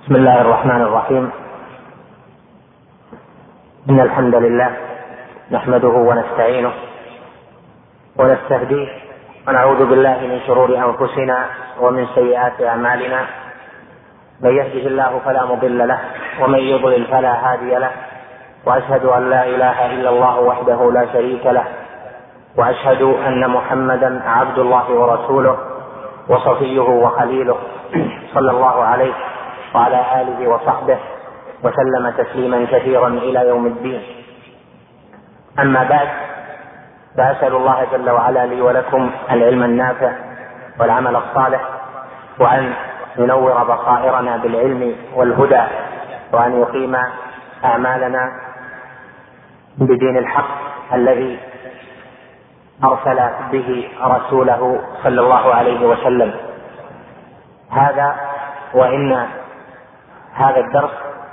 بسم الله الرحمن الرحيم. إن الحمد لله نحمده ونستعينه ونستهديه ونعوذ بالله من شرور أنفسنا ومن سيئات أعمالنا. من يهده الله فلا مضل له ومن يضلل فلا هادي له، وأشهد أن لا إله إلا الله وحده لا شريك له، وأشهد أن محمدا عبد الله ورسوله وصفيه وخليله، صلى الله عليه وعلى آله وصحبه وسلم تسليما كثيرا إلى يوم الدين. أما بعد، فأسأل الله جل وعلا لي ولكم العلم النافع والعمل الصالح، وأن ينور بصائرنا بالعلم والهدى، وأن يقيم أعمالنا بدين الحق الذي أرسل به رسوله صلى الله عليه وسلم. هذا وإن هذا الدرس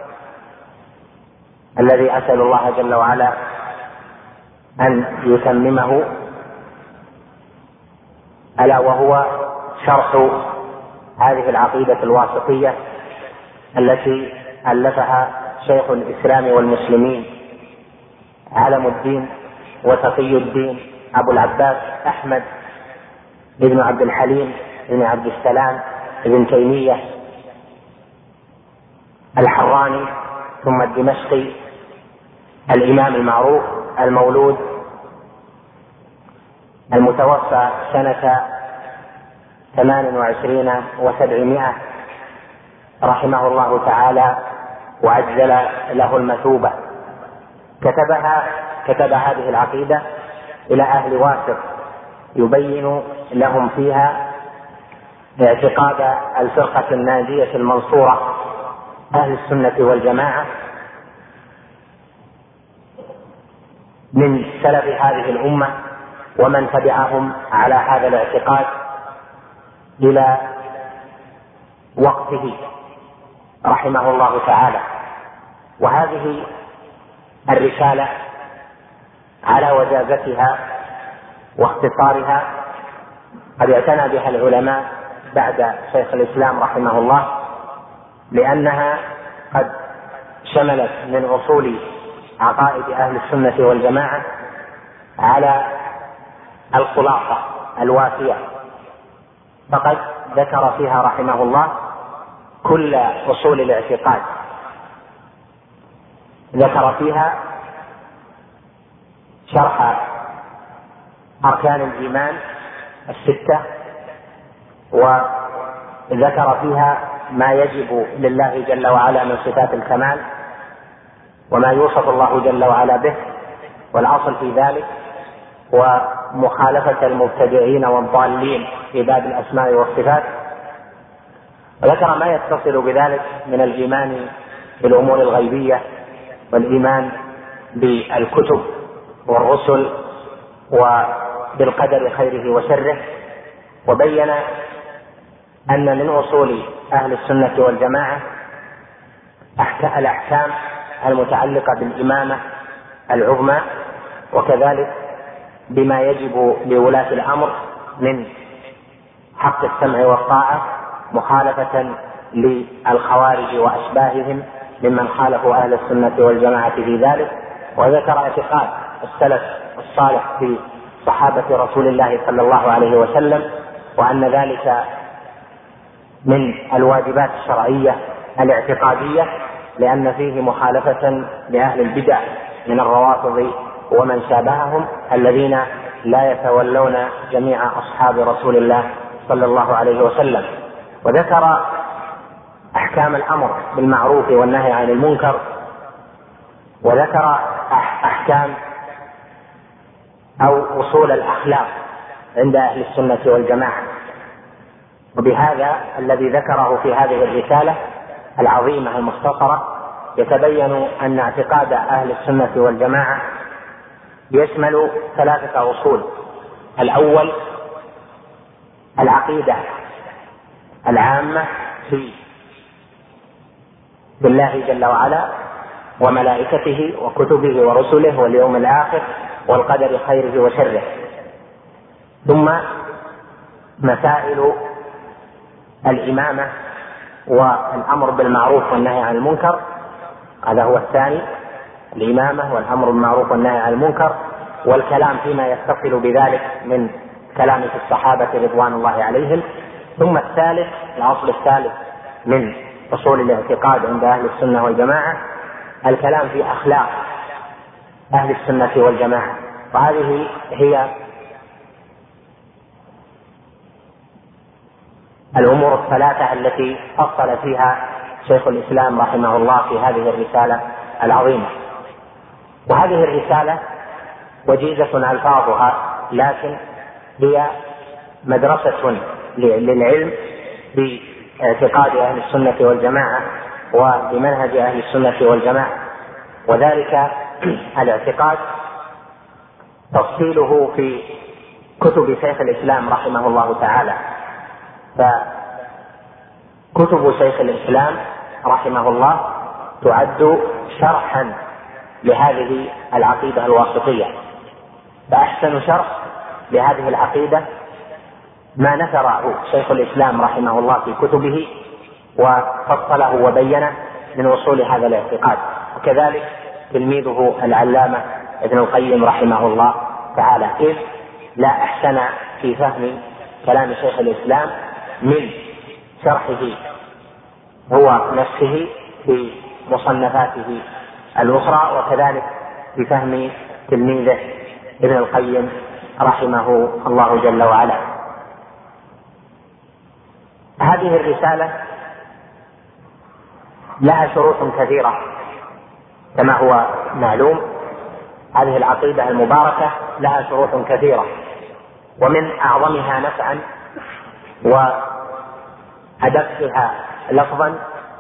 الذي أسأل الله جل وعلا أن يتممه، ألا وهو شرح هذه العقيدة الواسطية التي ألفها شيخ الإسلام والمسلمين علم الدين وتقي الدين أبو العباس أحمد بن عبد الحليم بن عبد السلام بن تيمية الحراني ثم الدمشقي، الإمام المعروف المولود المتوفى سنة 28 و700 رحمه الله تعالى وعجل له المثوبة. كتب هذه العقيدة إلى أهل واسط يبين لهم فيها اعتقاد الفرقة الناجية المنصورة أهل السنة والجماعة من سلف هذه الأمة ومن تبعهم على هذا الاعتقاد إلى وقته رحمه الله تعالى. وهذه الرسالة على وجازتها واختصارها قد اعتنى بها العلماء بعد شيخ الإسلام رحمه الله، لأنها قد شملت من أصول عقائد أهل السنة والجماعة على الخلاصة الوافية، فقد ذكر فيها رحمه الله كل أصول الاعتقاد. ذكر فيها شرح أركان الإيمان 6، وذكر فيها ما يجب لله جل وعلا من صفات الكمال وما يوصف الله جل وعلا به، والأصل في ذلك ومخالفة المبتدعين والضالين في باب الأسماء والصفات. وذكر ما يتصل بذلك من الإيمان بالأمور الغيبية والإيمان بالكتب والرسل وبالقدر خيره وشره، وبين أن من أصول أهل السنة والجماعة الأحكام المتعلقة بالإمامة العظمى، وكذلك بما يجب لولاة الأمر من حق السمع والطاعة، مخالفة للخوارج وأشباههم ممن خالفوا أهل السنة والجماعة في ذلك. وذكر اعتقاد السلف الصالح في صحابة رسول الله صلى الله عليه وسلم، وأن ذلك من الواجبات الشرعية الاعتقادية، لأن فيه مخالفة لأهل البدع من الروافض ومن شابههم الذين لا يتولون جميع أصحاب رسول الله صلى الله عليه وسلم. وذكر أحكام الأمر بالمعروف والنهي عن المنكر، وذكر أحكام أو أصول الأخلاق عند أهل السنة والجماعة. وبهذا الذي ذكره في هذه الرسالة العظيمة المختصرة يتبين أن اعتقاد أهل السنة والجماعة يشمل 3 أصول. الأول العقيدة العامة في بالله جل وعلا وملائكته وكتبه ورسله واليوم الآخر والقدر خيره وشره، ثم مسائل الإمامة والأمر بالمعروف والنهي عن المنكر، هذا هو الثاني، الإمامة والأمر بالمعروف والنهي عن المنكر، والكلام فيما يتصل بذلك من كلام الصحابة رضوان الله عليهم. ثم الثالث، الأصل الثالث من أصول الاعتقاد عند أهل السنة والجماعة، الكلام في أخلاق أهل السنة والجماعة. وهذه هي الأمور الثلاثة التي فصل فيها شيخ الإسلام رحمه الله في هذه الرسالة العظيمة. وهذه الرسالة وجيزة ألفاظها، لكن هي مدرسة للعلم باعتقاد أهل السنة والجماعة وبمنهج أهل السنة والجماعة. وذلك الاعتقاد تفصيله في كتب شيخ الإسلام رحمه الله تعالى. فكتب شيخ الإسلام رحمه الله تعد شرحا لهذه العقيدة الواسطية، فأحسن شرح لهذه العقيدة ما نثره شيخ الإسلام رحمه الله في كتبه وفصله وبينه من وصول هذا الاعتقاد، وكذلك تلميذه العلامة ابن القيم رحمه الله تعالى، إذ لا أحسن في فهم كلام شيخ الإسلام من شرحه هو نفسه في مصنفاته الأخرى، وكذلك في فهم تلميذه ابن القيم رحمه الله جل وعلا. هذه الرسالة لها شروح كثيرة كما هو معلوم. هذه العقيدة المباركة لها شروح كثيرة، ومن أعظمها نفعا وأدقها لفظا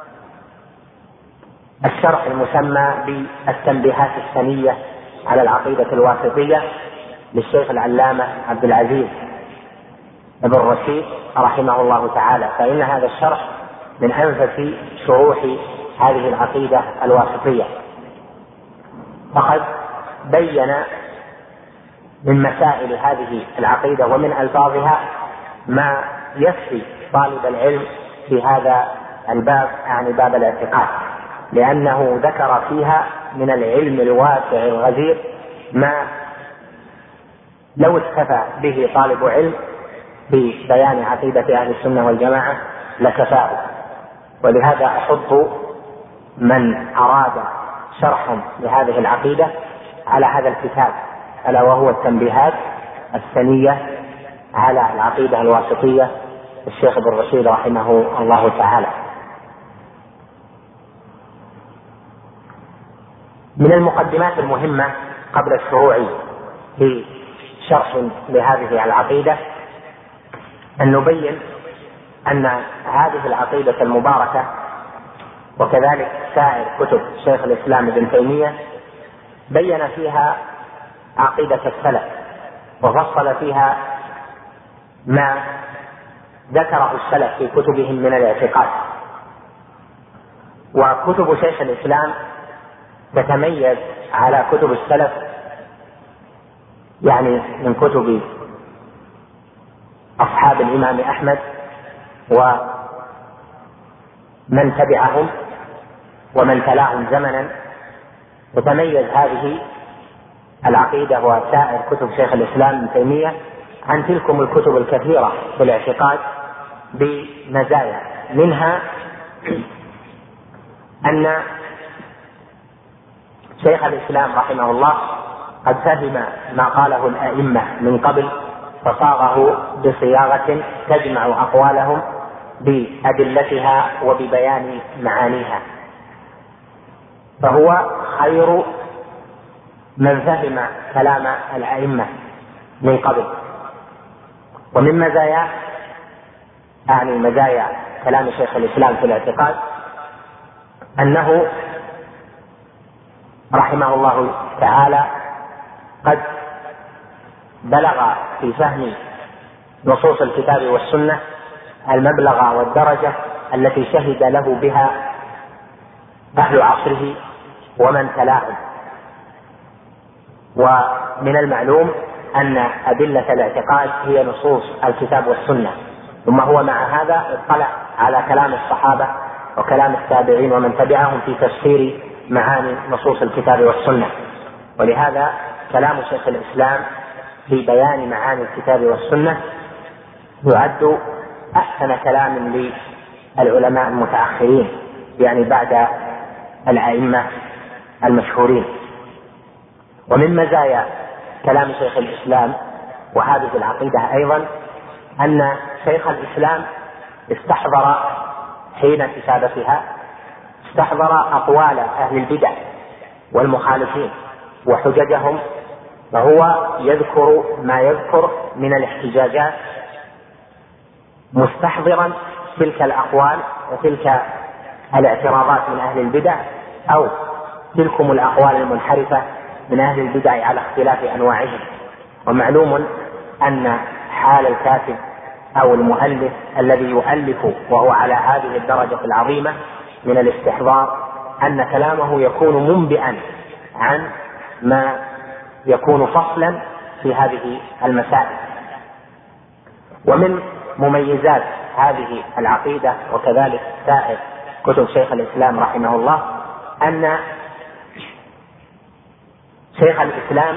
الشرح المسمى بالتنبيهات السنية على العقيدة الواسطية للشيخ العلامة عبد العزيز بن رشيد رحمه الله تعالى، فإن هذا الشرح من أنفس شروح هذه العقيدة الواسطية، فقد بين من مسائل هذه العقيدة ومن ألفاظها ما يكفي طالب العلم في هذا الباب، يعني باب الاعتقاد، لأنه ذكر فيها من العلم الواسع الغزير ما لو اكتفى به طالب علم في بيان عقيدة أهل السنة والجماعة لكفاه. ولهذا أحض من أراد شرحا لهذه العقيدة على هذا الكتاب، ألا وهو التنبيهات السنية على العقيدة الواسطية الشيخ ابن رشيد رحمه الله تعالى. من المقدمات المهمة قبل الشروع في شرح لهذه العقيدة أن نبين أن هذه العقيدة المباركة وكذلك سائر كتب شيخ الإسلام ابن تيمية بين فيها عقيدة السلف وفصل فيها ما ذكره السلف في كتبهم من الاعتقاد. وكتب شيخ الإسلام تتميز على كتب السلف، يعني من كتب أصحاب الإمام أحمد ومن تبعهم ومن تلاهم زمنا، تتميز هذه العقيدة وسائر كتب شيخ الإسلام ابن تيمية عن تلكم الكتب الكثيرة في الاعتقاد بمزايا، منها أن شيخ الإسلام رحمه الله قد فهم ما قاله الأئمة من قبل فصاغه بصياغة تجمع أقوالهم بأدلتها وببيان معانيها، فهو خير من فهم كلام الأئمة من قبل. ومن مزايا، يعني مزايا كلام شيخ الإسلام في الاعتقاد، أنه رحمه الله تعالى قد بلغ في فهم نصوص الكتاب والسنة المبلغ والدرجة التي شهد له بها أهل عصره ومن تلاهم. ومن المعلوم أن أدلة الاعتقاد هي نصوص الكتاب والسنة، ثم هو مع هذا اطلع على كلام الصحابة وكلام التابعين ومن تبعهم في تفسير معاني نصوص الكتاب والسنة. ولهذا كلام شيخ الإسلام في بيان معاني الكتاب والسنة يعد أحسن كلام للعلماء المتأخرين، يعني بعد الأئمة المشهورين. ومن مزايا كلام شيخ الإسلام وهذه العقيدة أيضا أن شيخ الإسلام استحضر حين كتابتها استحضر أقوال أهل البدع والمخالفين وحججهم، فهو يذكر ما يذكر من الاحتجاجات مستحضرا تلك الأقوال وتلك الاعتراضات من أهل البدع أو تلكم الأقوال المنحرفة من أهل البدع على اختلاف أنواعهم. ومعلوم أن حال الكاتب أو المؤلف الذي يؤلف وهو على هذه الدرجة العظيمة من الاستحضار أن كلامه يكون منبئا عن ما يكون فصلا في هذه المسائل. ومن مميزات هذه العقيدة وكذلك سائر كتب شيخ الإسلام رحمه الله أن شيخ الإسلام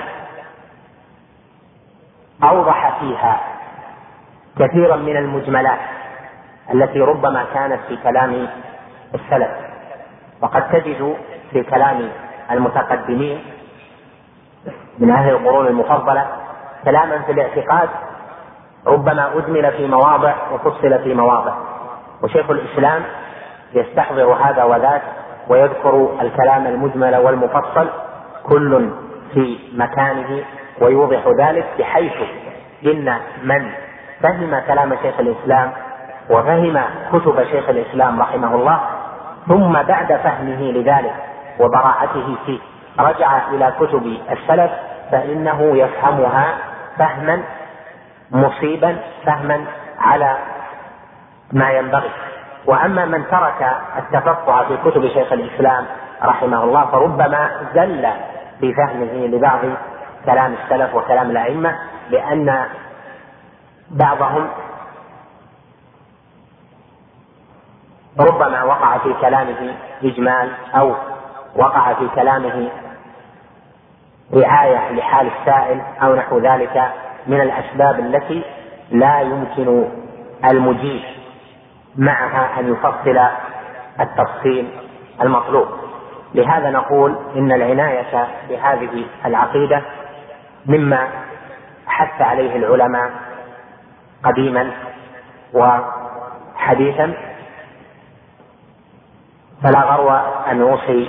أوضح فيها كثيرا من المجملات التي ربما كانت في كلام السلف. وقد تجد في كلام المتقدمين من أهل القرون المفضلة كلاما في الاعتقاد ربما أجمل في مواضع وفصل في مواضع، وشيخ الإسلام يستحضر هذا وذاك ويذكر الكلام المجمل والمفصل كل في مكانه ويوضح ذلك، بحيث إن من فهم كلام شيخ الإسلام وفهم كتب شيخ الإسلام رحمه الله ثم بعد فهمه لذلك وبراعته فيه رجع إلى كتب السلف فإنه يفهمها فهما مصيبا، فهما على ما ينبغي. وأما من ترك التفقه في كتب شيخ الإسلام رحمه الله فربما زل في فهمه لبعض كلام السلف وكلام الأئمة، لأن بعضهم ربما وقع في كلامه إجمال أو وقع في كلامه رعاية لحال السائل أو نحو ذلك من الأسباب التي لا يمكن المجيب معها أن يفصل التفصيل المطلوب. لهذا نقول إن العناية بهذه العقيدة مما حث عليه العلماء قديما وحديثا، فلا غرو أن أوصي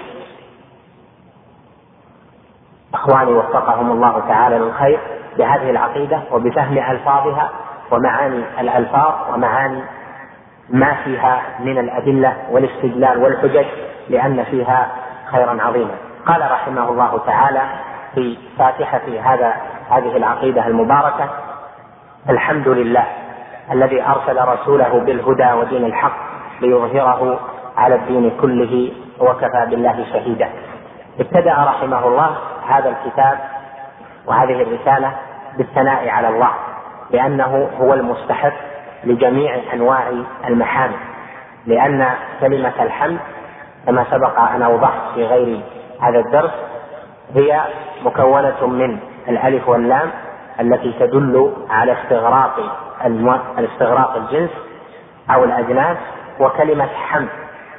أخواني وفقهم الله تعالى للخير بهذه العقيدة وبفهم ألفاظها ومعاني الألفاظ ومعاني ما فيها من الأدلة والاستدلال والحجج، لأن فيها خيرا عظيما. قال رحمه الله تعالى في فاتحة هذه العقيدة المباركة: الحمد لله الذي أرسل رسوله بالهدى ودين الحق ليظهره على الدين كله وكفى بالله شهيدا. ابتدأ رحمه الله هذا الكتاب وهذه الرسالة بالثناء على الله، لأنه هو المستحق لجميع أنواع المحامد، لأن كلمة الحمد كما سبق أن أوضحت في غير هذا الدرس هي مكونة من الألف واللام التي تدل على استغراق الجنس أو الأجناس، وكلمة حمد،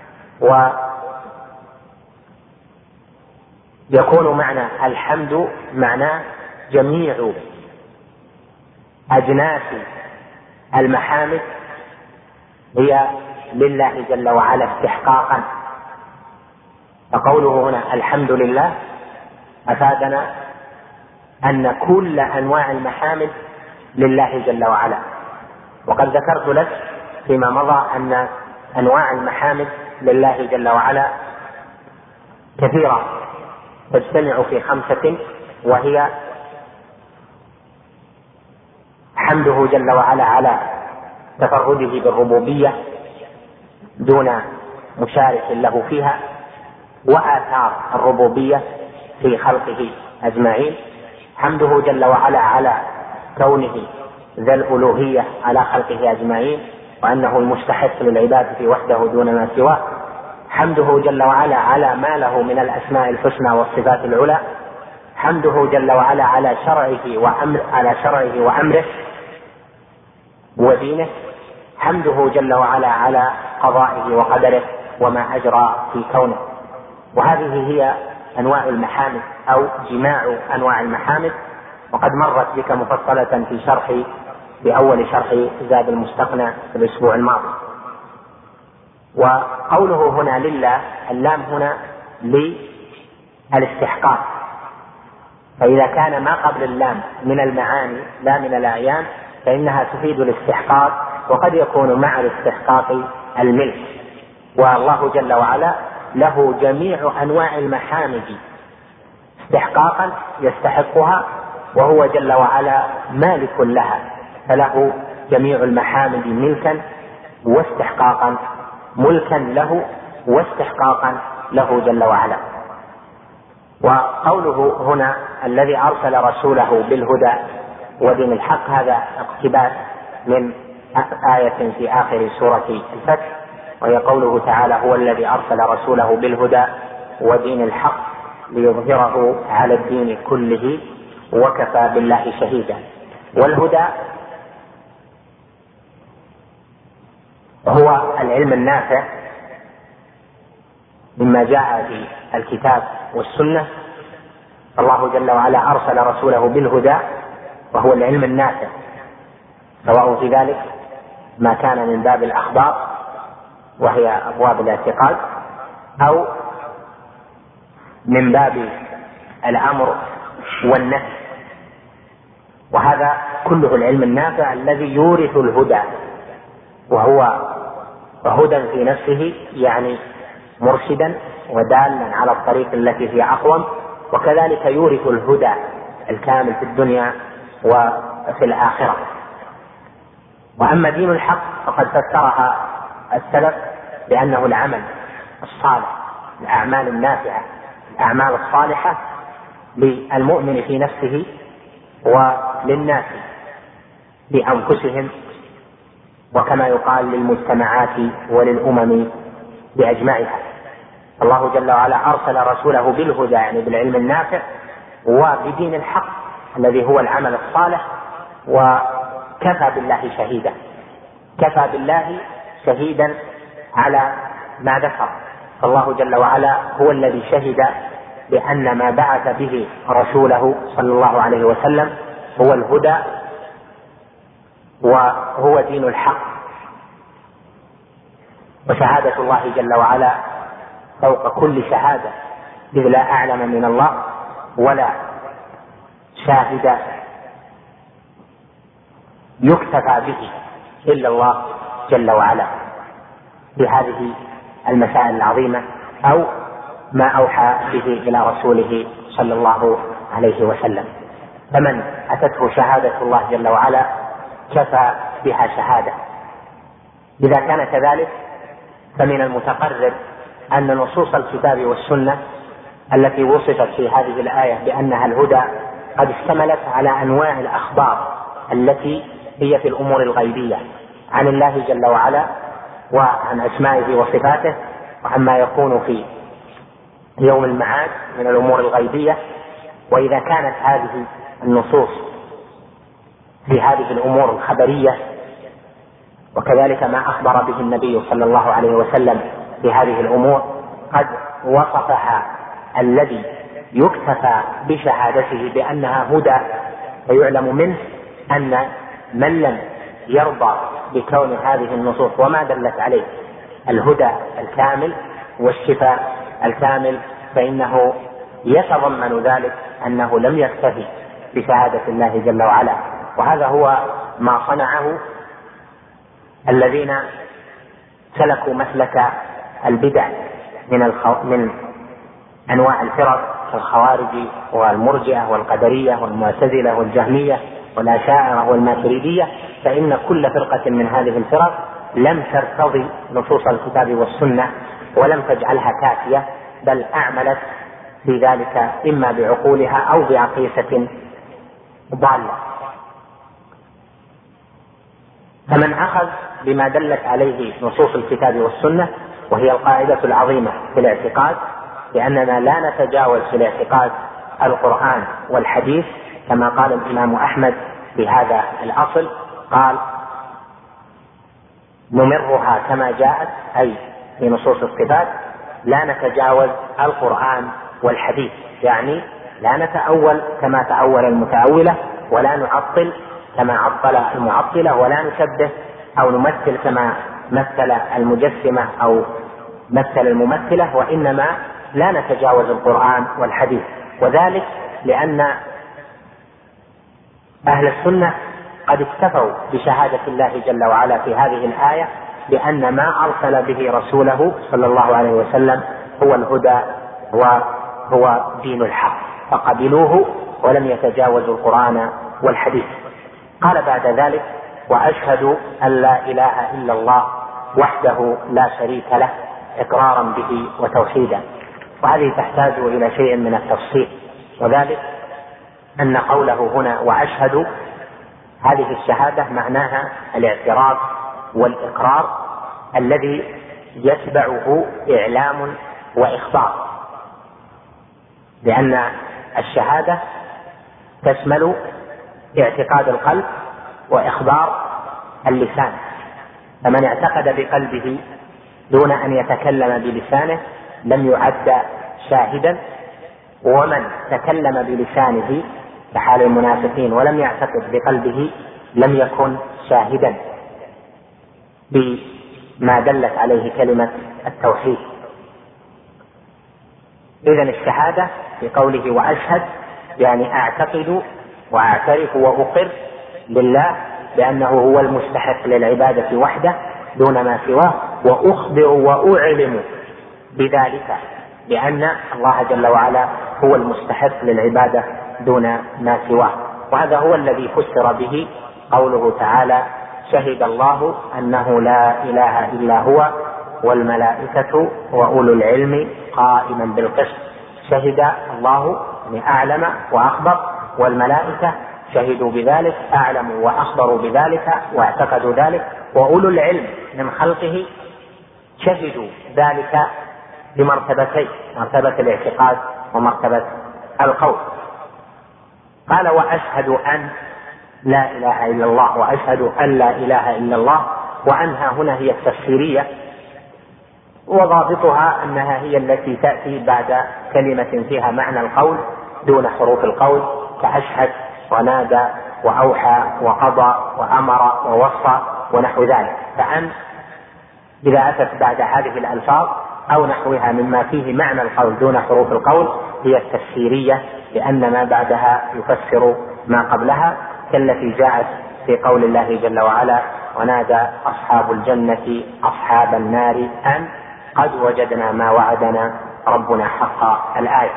ويكون معنى الحمد معناه جميع أجناس المحامد هي لله جل وعلا استحقاقا. فقوله هنا الحمد لله أفادنا أن كل أنواع المحامد لله جل وعلا. وقد ذكرت لك فيما مضى أن أنواع المحامد لله جل وعلا كثيرة تجتمع في 5، وهي حمده جل وعلا على تفرده بالربوبية دون مشارك له فيها، وآثار الربوبية في خلقه أجمعين، حمده جل وعلا على كونه ذا الألوهية على خلقه أجمعين، وأنه المستحق للعبادة وحده دون ما سواه. حمده جل وعلا على ما له من الأسماء الحسنى والصفات العلى. حمده جل وعلا على شرعه وأمره ودينه. حمده جل وعلا على قضائه وقدره وما أجرى في كونه. وهذه هي أنواع المحامد أو جماع أنواع المحامد، وقد مرت بك مفصلة في أول شرح زاد المستقنع في الأسبوع الماضي. وقوله هنا لله، اللام هنا للاستحقاق، فإذا كان ما قبل اللام من المعاني لا من الأعيان فإنها تفيد الاستحقاق، وقد يكون مع الاستحقاق الملك. والله جل وعلا له جميع أنواع المحامد استحقاقا يستحقها، وهو جل وعلا مالك لها، فله جميع المحامد ملكا واستحقاقا، ملكا له واستحقاقا له جل وعلا. وقوله هنا الذي أرسل رسوله بالهدى ودين الحق، هذا اقتباس من آية في آخر سورة الفتح، وهي قوله تعالى هو الذي أرسل رسوله بالهدى ودين الحق ليظهره على الدين كله وكفى بالله شهيدا. والهدى هو العلم النافع مما جاء في الكتاب والسنة. الله جل وعلا أرسل رسوله بالهدى وهو العلم النافع، سواء في ذلك ما كان من باب الأخبار وهي أبواب الاعتقاد، أو من باب الأمر والنهي، وهذا كله العلم النافع الذي يورث الهدى، وهو هدى في نفسه، يعني مرشدا ودالا على الطريق التي هي أقوم، وكذلك يورث الهدى الكامل في الدنيا وفي الآخرة. وأما دين الحق فقد فسرها السلف بأنه العمل الصالح، الأعمال النافعة، الأعمال الصالحة للمؤمن في نفسه وللناس بأنفسهم، وكما يقال للمجتمعات وللأمم بأجمعها. الله جل وعلا أرسل رسوله بالهدى، يعني بالعلم النافع، وبدين الحق الذي هو العمل الصالح، وكفى بالله شهيدا. كفى بالله شهيدا على ما ذكر، فالله جل وعلا هو الذي شهد بأن ما بعث به رسوله صلى الله عليه وسلم هو الهدى وهو دين الحق. وشهادة الله جل وعلا فوق كل شهادة، إذ لا أعلم من الله ولا شاهد يكتفى به إلا الله جل وعلا في هذه المسائل العظيمة، أو ما أوحى به إلى رسوله صلى الله عليه وسلم. فمن أتته شهادة الله جل وعلا كفى بها شهادة. إذا كان كذلك فمن المتقرر أن نصوص الكتاب والسنة التي وصفت في هذه الآية بأنها الهدى قد اشتملت على أنواع الأخبار التي هي في الأمور الغيبية عن الله جل وعلا وعن أسمائه وصفاته، وعما يكون في يوم المعاد من الأمور الغيبية. وإذا كانت هذه النصوص في هذه الأمور الخبرية، وكذلك ما أخبر به النبي صلى الله عليه وسلم في هذه الأمور، قد وصفها الذي يكتفى بشهادته بأنها هدى، فيعلم منه أن من لم يرضى بكون هذه النصوص وما دلت عليه الهدى الكامل والشفاء الكامل، فإنه يتضمن ذلك أنه لم يكتفي بشهادة الله جل وعلا. وهذا هو ما صنعه الذين سلكوا مسلك البدع من أنواع الفرق كالخوارج والمرجئة والقدرية والمعتزلة والجهمية والأشاعرة والماتريدية. فإن كل فرقة من هذه الفرق لم ترتضي نصوص الكتاب والسنة ولم تجعلها كافية، بل أعملت في ذلك إما بعقولها أو بعقيسة ضالة. فمن أخذ بما دلت عليه نصوص الكتاب والسنة، وهي القاعدة العظيمة في الاعتقاد، لأننا لا نتجاوز في الاعتقاد القرآن والحديث، كما قال الإمام أحمد في هذا الأصل، قال: نمرها كما جاءت، أي في نصوص الصفات لا نتجاوز القرآن والحديث، يعني لا نتأول كما تأول المتأولة، ولا نعطل كما عطل المعطلة، ولا نشبه أو نمثل كما مثل المجسمة أو مثل الممثلة، وإنما لا نتجاوز القرآن والحديث. وذلك لأن أهل السنة قد اكتفوا بشهادة الله جل وعلا في هذه الآية بأن ما أرسل به رسوله صلى الله عليه وسلم هو الهدى وهو دين الحق، فقبلوه ولم يتجاوزوا القرآن والحديث. قال بعد ذلك: وأشهد أن لا إله إلا الله وحده لا شريك له إقرارا به وتوحيدا. وهذه تحتاج إلى شيء من التفصيل، وذلك أن قوله هنا وأشهد، هذه الشهادة معناها الاعتراف والإقرار الذي يتبعه إعلام وإخبار، لأن الشهادة تشمل اعتقاد القلب وإخبار اللسان، فمن اعتقد بقلبه دون أن يتكلم بلسانه لم يعد شاهدا، ومن تكلم بلسانه كحال المنافقين ولم يعتقد بقلبه لم يكن شاهدا بما دلت عليه كلمة التوحيد. إذن الشهادة في قوله وأشهد يعني أعتقد وأعترف وأقر لله بأنه هو المستحق للعبادة وحده دون ما سواه، وأخبر وأعلم بذلك بأن الله جل وعلا هو المستحق للعبادة دون ما سواه. وهذا هو الذي فسر به قوله تعالى: شهد الله أنه لا إله إلا هو والملائكة وأولو العلم قائما بالقسط. شهد الله يعني أعلم وأخبر، والملائكة شهدوا بذلك، أعلموا وأخبروا بذلك واعتقدوا ذلك، وأولو العلم من خلقه شهدوا ذلك بمرتبتين: مرتبة الاعتقاد ومرتبة القول. قال: وأشهد أن لا إله إلا الله، وأشهد أن لا إله إلا الله. وأنها هنا هي التفسيرية، وضابطها أنها هي التي تأتي بعد كلمة فيها معنى القول دون حروف القول، كأشهد ونادى وأوحى وقضى وأمر ووصى ونحو ذلك. فأن إذا أتت بعد هذه الألفاظ أو نحوها مما فيه معنى القول دون حروف القول هي التفسيرية، لأن ما بعدها يفسر ما قبلها، كالتي جاءت في قول الله جل وعلا: ونادى أصحاب الجنة أصحاب النار أن قد وجدنا ما وعدنا ربنا حقا. الآية.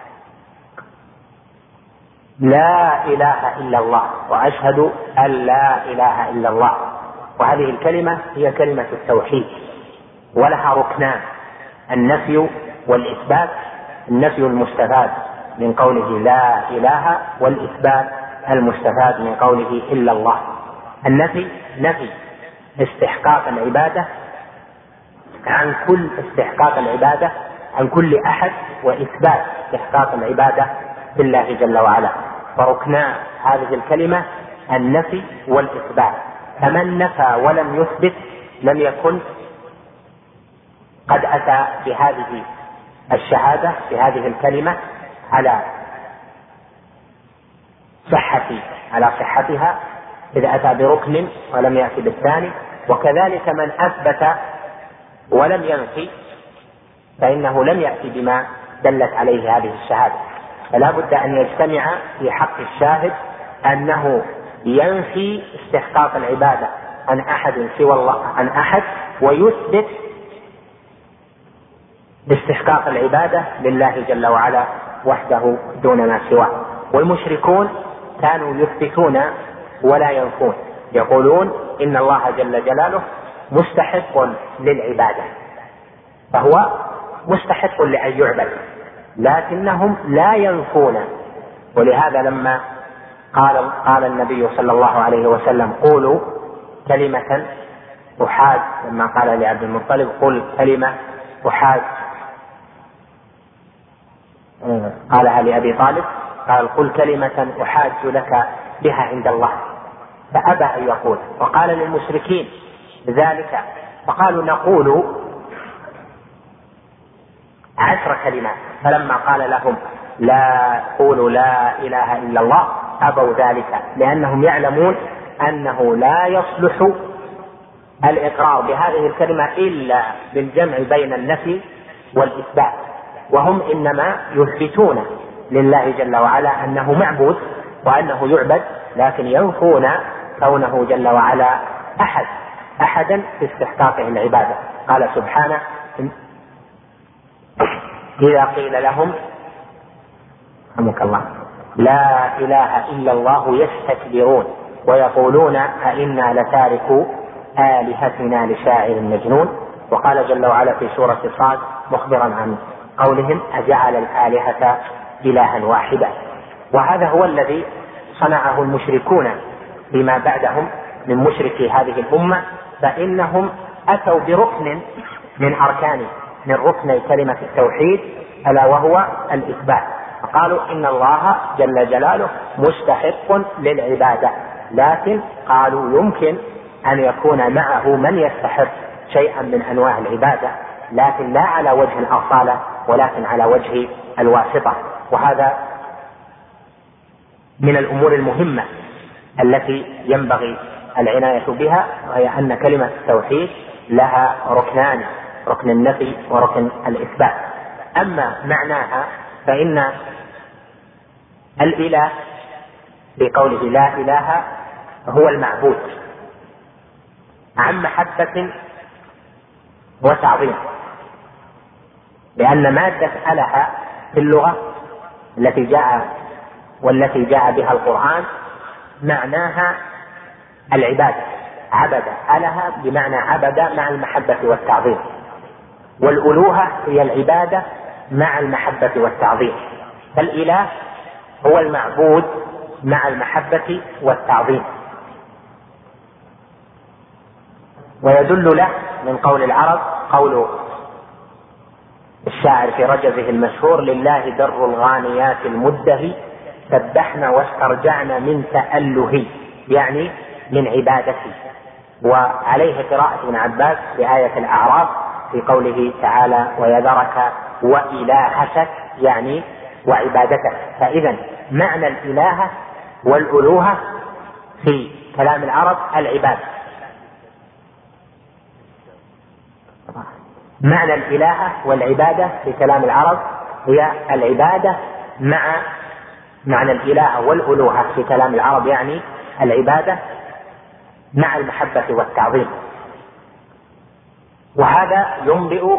لا إله إلا الله، وأشهد أن لا إله إلا الله. وهذه الكلمة هي كلمة التوحيد، ولها ركنان: النفي والإثبات. النفي المستفاد من قوله لا إله، والإثبات المستفاد من قوله إلا الله. النفي نفي استحقاق العبادة عن كل استحقاق العبادة عن كل أحد، وإثبات استحقاق العبادة بالله جل وعلا. فركنا هذه الكلمة النفي والإثبات، فمن نفى ولم يثبت لم يكن قد أتى بهذه الشهادة بهذه الكلمة على صحتها إذا أتى بركن ولم يأتي بالثاني. وكذلك من أثبت ولم ينفي فإنه لم يأتي بما دلت عليه هذه الشهادة. فلا بد أن يجتمع في حق الشاهد أنه ينفي استحقاق العبادة عن أحد سوى الله، عن أحد، ويثبت باستحقاق العبادة لله جل وعلا وحده دون ما سواه. والمشركون كانوا يثبتون ولا ينفون، يقولون إن الله جل جلاله مستحق للعبادة، فهو مستحق لأن يعبد، لكنهم لا ينفون. ولهذا لما قال النبي صلى الله عليه وسلم: قولوا كلمة أحاج، لما قال لعبد المطلب قل كلمة أحاج، قالها لأبي طالب، قال قل كلمة أحاج لك بها عند الله، فأبى أن يقول. وقال للمشركين ذلك فقالوا نقول 10 كلمات، فلما قال لهم لا قولوا لا إله إلا الله أبوا ذلك، لأنهم يعلمون أنه لا يصلح الإقرار بهذه الكلمة إلا بالجمع بين النفي والإثبات، وهم إنما يثبتون لله جل وعلا أنه معبود وأنه يعبد، لكن ينفون كونه جل وعلا أحدا في استحقاقه العبادة. قال سبحانه إذا قيل لهم رحمك الله لا إله إلا الله يستكبرون ويقولون أئنا لتاركو آلهتنا لشاعر مجنون. وقال جل وعلا في سورة صاد مخبرا عن قولهم أجعل الآلهة إلها واحدا. وهذا هو الذي صنعه المشركون فيما بعدهم من مشركي هذه الأمة، فإنهم أتوا بركن من ركن كلمة التوحيد، ألا وهو الإثبات، فقالوا إن الله جل جلاله مستحق للعبادة، لكن قالوا يمكن أن يكون معه من يستحق شيئا من أنواع العبادة، لكن لا على وجه الأصالة ولكن على وجه الواسطة. وهذا من الأمور المهمة التي ينبغي العناية بها، وهي أن كلمة التوحيد لها ركنان، ركن النفي وركن الإثبات. أما معناها فإن الإله في قوله لا إله هو المعبود عن محبة وتعظيم، لأن مادة أله في اللغة والتي جاء بها القرآن معناها العبادة، عبد أله بمعنى عبد مع المحبة والتعظيم، والألوهة هي العبادة مع المحبة والتعظيم، فالإله هو المعبود مع المحبة والتعظيم. ويدل له من قول العرب قول الشاعر في رجزه المشهور لله در الغانيات المدهي سبحنا واسترجعنا من تأله، يعني من عبادته. وعليه قراءة ابن عباس بآية الأعراف في قوله تعالى ويذرك وإلهتك، يعني وعبادتك. فإذا معنى الإله والألوهة في كلام العرب العبادة، معنى الإله والعبادة في كلام العرب هي العبادة مع معنى الإله والألوهة في كلام العرب، يعني العبادة مع المحبة والتعظيم. وهذا ينبئ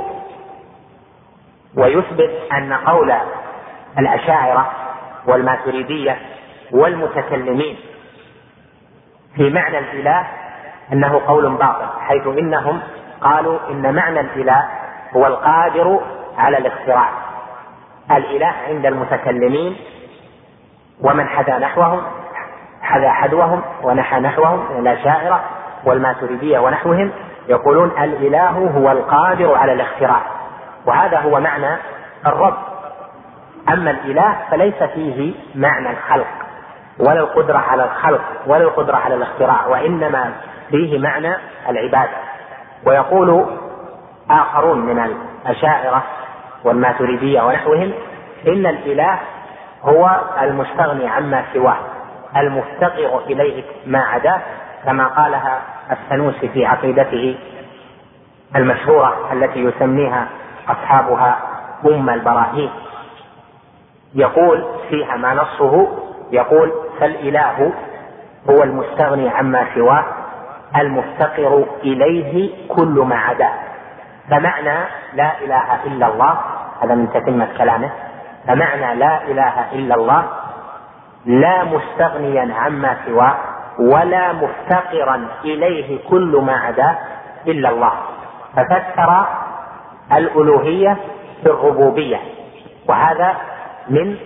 ويثبت أن قول الأشاعرة والماتريدية والمتكلمين في معنى الإله أنه قول باطل، حيث إنهم قالوا إن معنى الإله هو القادر على الاختراع. الإله عند المتكلمين ومن حذا حذوهم ونحى نحوهم من الأشاعرة والماتريدية ونحوهم يقولون الإله هو القادر على الاختراع، وهذا هو معنى الرب. أما الإله فليس فيه معنى الخلق ولا القدرة على الخلق ولا القدرة على الاختراع، وإنما فيه معنى العبادة. ويقول آخرون من الأشاعرة والماتريدية ونحوهم إن الإله هو المستغني عما سواه المفتقر إليه ما عداه، كما قالها السنوسي في عقيدته المشهورة التي يسميها أصحابها أم البراهين، يقول فيها ما نصه، يقول فالإله هو المستغني عما سواه المفتقر إليه كل ما عداه. فمعنى لا إله إلا الله، هذا من تتمة كلامه، فمعنى لا إله إلا الله لا مستغنيا عما سواه ولا مفتقرا إليه كل ما عداه إلا الله. ففسر الألوهية بالربوبية، وهذا من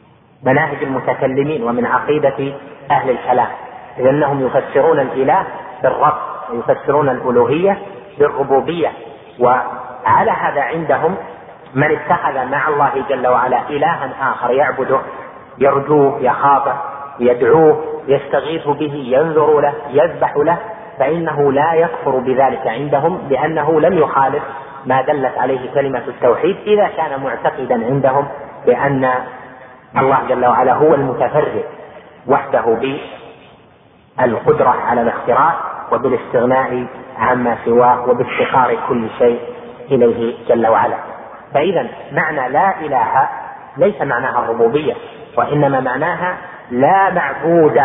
مناهج المتكلمين ومن عقيدة أهل الكلام، لأنهم يفسرون الإله بالرب، ويفسرون الألوهية بالربوبية. وعلى هذا عندهم من اتخذ مع الله جل وعلا إلها آخر يعبده، يرجوه، يخافه، يدعوه، يستغيث به، ينذر له، يذبح له، فإنه لا يكفر بذلك عندهم، لأنه لم يخالف ما دلت عليه كلمة التوحيد، إذا كان معتقدا عندهم بأن الله جل وعلا هو المتفرد وحده بالقدرة على الاختراع وبالاستغناء عما سواه وبافتقار كل شيء إليه جل وعلا. فإذا معنى لا إله ليس معناها الربوبية، وإنما معناها لا معبود.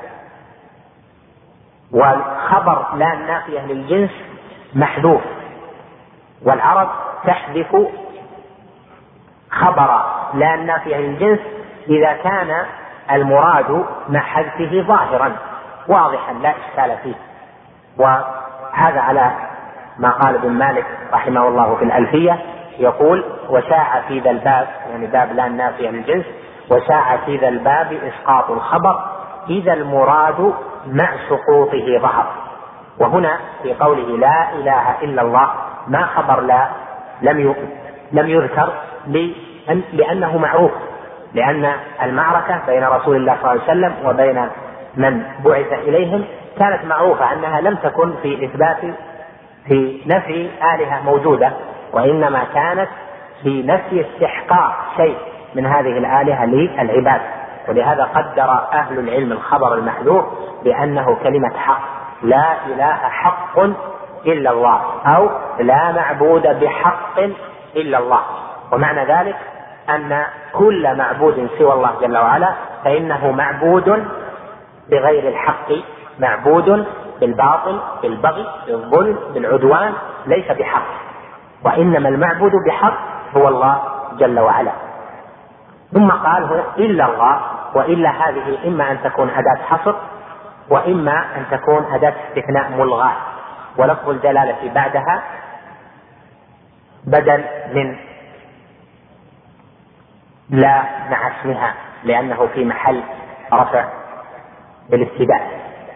والخبر لا النافية للجنس محذوف، والعرب تحذف خبر لا النافية للجنس إذا كان المراد مع حذفه ظاهرا واضحا لا إشكال فيه. وهذا على ما قال ابن مالك رحمه الله في الألفية، يقول: وشاع في ذا الباب، يعني باب لا النافية للجنس، وشاع في ذا الباب إسقاط الخبر إذا المراد مع سقوطه ظهر. وهنا في قوله لا إله إلا الله ما خبر لا لم يذكر لأنه معروف، لأن المعركة بين رسول الله صلى الله عليه وسلم وبين من بعث إليهم كانت معروفة أنها لم تكن في نفي آلهة موجودة، وإنما كانت في نفي استحقاق شيء من هذه الآلهة للعباد. ولهذا قدر أهل العلم الخبر المحذوف بأنه كلمة حق، لا إله حق إلا الله، أو لا معبود بحق إلا الله. ومعنى ذلك أن كل معبود سوى الله جل وعلا فإنه معبود بغير الحق، معبود بالباطل، بالبغي، بالظلم، بالعدوان، ليس بحق. وإنما المعبود بحق هو الله جل وعلا. ثم قال إلا الله، وإلا هذه إما أن تكون أداة حصر وإما أن تكون أداة استثناء ملغاة، ولفظ الجلالة بعدها بدل من لا مع اسمها، لأنه في محل رفع بالابتداء.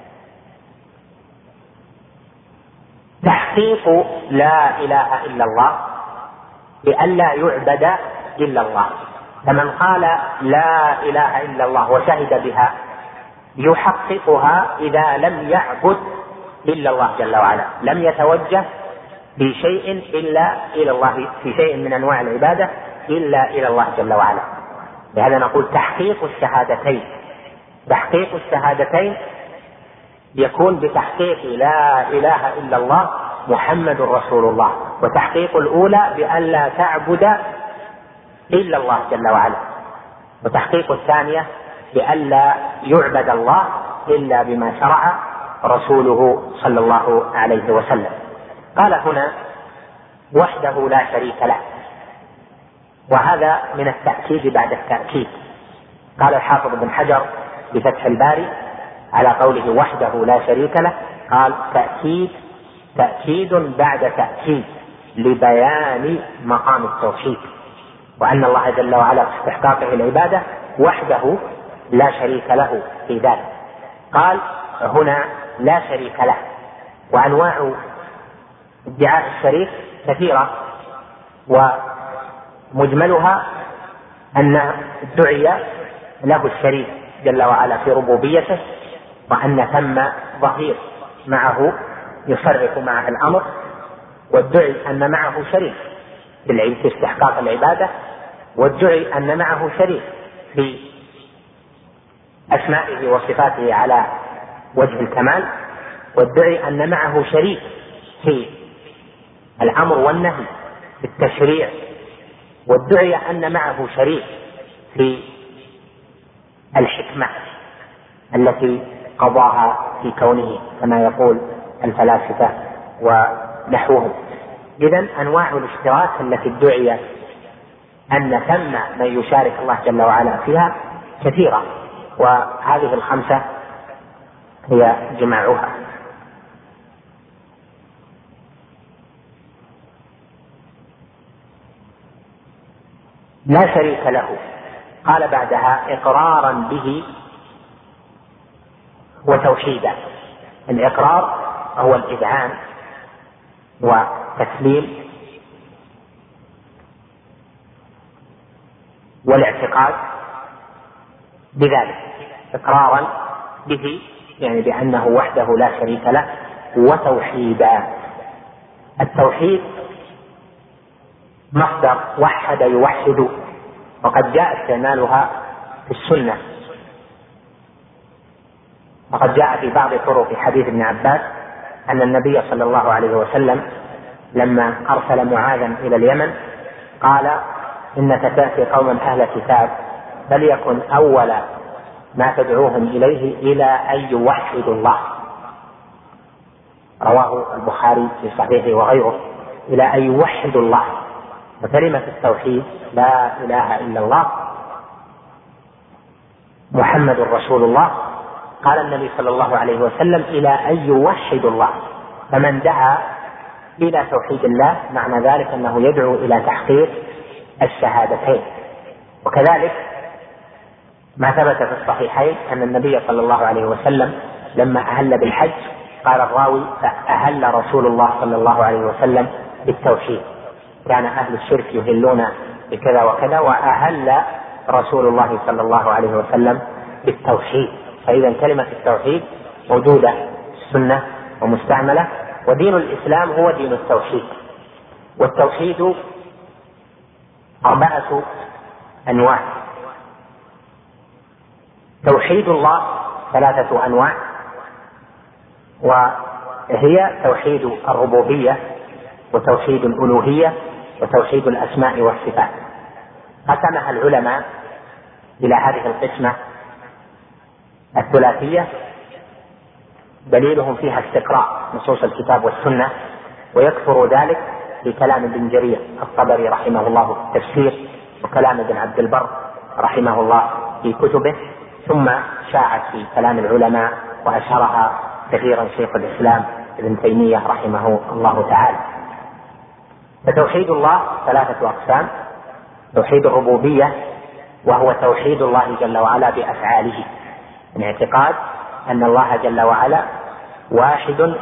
تحقيق لا إله إلا الله بأن لا يعبد إلا الله. فمن قال لا إله إلا الله وشهد بها يحققها إذا لم يعبد إلا الله جل وعلا، لم يتوجه في شيء إلا إلى الله، في شيء من أنواع العبادة إلا إلى الله جل وعلا. لهذا نقول تحقيق الشهادتين. تحقيق الشهادتين يكون بتحقيق لا إله إلا الله محمد رسول الله، وتحقيق الأولى بأن لا تعبد إلا الله جل وعلا، وتحقيق الثانية بأن لا يعبد الله إلا بما شرع رسوله صلى الله عليه وسلم. قال هنا وحده لا شريك له، وهذا من التأكيد بعد التأكيد. قال الحافظ بن حجر بفتح الباري على قوله وحده لا شريك له، قال تأكيد بعد تأكيد لبيان مقام التوحيد، وأن الله جل وعلا في استحقاقه العبادة وحده لا شريك له في ذلك. قال هنا لا شريك له. وأنواع ادعاء الشريك كثيرة، ومجملها أن دعي له الشريك جل وعلا في ربوبيته، وأن ثم ظهير معه يصرف معه الأمر، وادعي أن معه شريك في استحقاق العبادة، وادعي أن معه شريك في أسمائه وصفاته على وجه الكمال، وادعي أن معه شريك في الأمر والنهي، في التشريع، وادعي أن معه شريك في الحكمة التي قضاها في كونه كما يقول الفلاسفة ونحوهم. إذن أنواع الاشتراك التي ادعي أن ثم من يشارك الله جل وعلا فيها كثيرة، وهذه الخمسة هي جماعها. لا شريك له. قال بعدها إقرارا به وتوحيدا. الإقرار هو الإذعان وتسليم والاعتقاد بذلك إقرارا به، يعني بأنه وحده لا شريك له، وتوحيدا. التوحيد مصدر وحد يوحد، وقد جاء استعمالها في السنة، وقد جاء في بعض طرق حديث ابن عباس أن النبي صلى الله عليه وسلم لما أرسل معاذا إلى اليمن قال: إنك تأتي قوما أهل كتاب، فليكن أول ما تدعوهم إليه إلى أن يوحدوا الله. رواه البخاري في صحيحه وغيره، إلى أن يوحدوا الله. وكلمة التوحيد لا إله إلا الله محمد رسول الله، قال النبي صلى الله عليه وسلم: إلى أن يوحدوا الله. فمن دعا إلى توحيد الله معنى ذلك أنه يدعو إلى تحقيق الشهادتين. وكذلك ما ثبت في الصحيحين أن النبي صلى الله عليه وسلم لما أهل بالحج قال الراوي: فأهل رسول الله صلى الله عليه وسلم بالتوحيد. كان أهل الشرك يهلون بكذا وكذا، وأهل رسول الله صلى الله عليه وسلم بالتوحيد. فإذا كلمة التوحيد موجودة في السنة ومستعملة، ودين الإسلام هو دين التوحيد. والتوحيد 4 أنواع. توحيد الله 3 أنواع، وهي توحيد الربوبية، وتوحيد الألوهية، وتوحيد الأسماء والصفات. قسمها العلماء إلى هذه القسمة الثلاثية، دليلهم فيها استقراء نصوص الكتاب والسنة، ويكثر ذلك بكلام ابن جرير الطبري رحمه الله في التفسير، وكلام ابن عبد البر رحمه الله في كتبه، ثم شاعت في كلام العلماء وأشهرها كثيرا شيخ الإسلام ابن تيمية رحمه الله تعالى. فتوحيد الله 3 أقسام: توحيد الربوبية، وهو توحيد الله جل وعلا بأفعاله، من اعتقاد أن الله جل وعلا واحد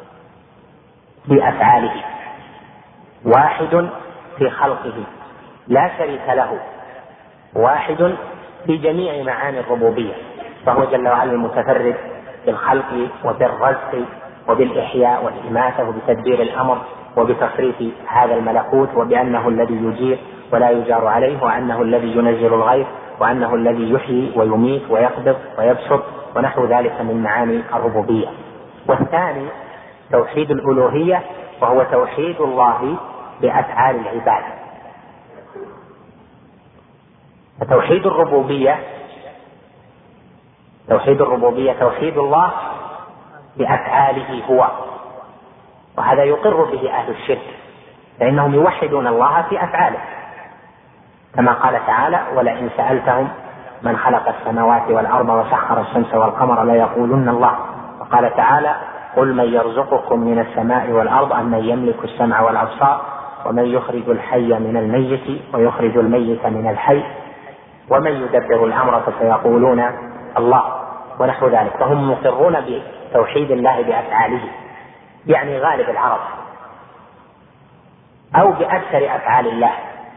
في أفعاله، واحد في خلقه لا شريك له، واحد في جميع معاني الربوبية، فهو جل وعلا المتفرد بالخلق وبالرزق وبالإحياء والإماتة وبتدبير الأمر وبتصريف هذا الملكوت، وبأنه الذي يجير ولا يجار عليه، وأنه الذي ينزل الغيث، وأنه الذي يحيي ويميت ويقبض ويبسط، ونحو ذلك من معاني الربوبية. والثاني توحيد الألوهية، وهو توحيد الله بأفعال العباد. فتوحيد الربوبية توحيد الله بأفعاله هو، وهذا يقر به أهل الشرك، فإنهم يوحدون الله في أفعاله، كما قال تعالى: ولئن سألتهم من خلق السماوات والأرض وسخر الشمس والقمر ليقولن الله. وقال تعالى: قل من يرزقكم من السماء والأرض أمن يملك السمع والأبصار ومن يخرج الحي من الميت ويخرج الميت من الحي ومن يدبر الأمر فسيقولون الله، ونحو ذلك. فهم مقرون بتوحيد الله بأفعاله، يعني غالب العرب، أو بأكثر أفعال الله.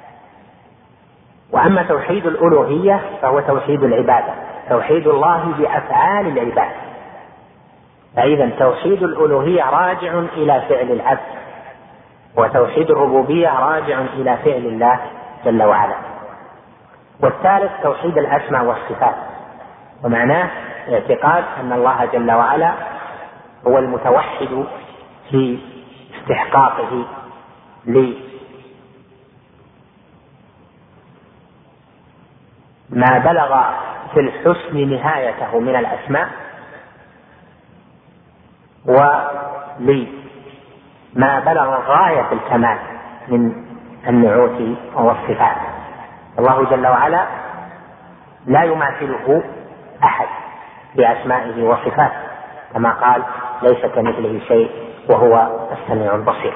وأما توحيد الألوهية فهو توحيد العبادة، توحيد الله بأفعال العباد. فإذا توحيد الألوهية راجع إلى فعل العبد، وتوحيد الربوبية راجع إلى فعل الله جل وعلا. والثالث توحيد الأسماء والصفات، ومعناه اعتقاد أن الله جل وعلا هو المتوحد في استحقاقه ما بلغ في الحسن نهايته من الأسماء، ولما بلغ غاية الكمال من النعوت والصفات. الله جل وعلا لا يماثله أحد بأسمائه وصفاته، كما قال: ليس كمثله شيء وهو السميع البصير.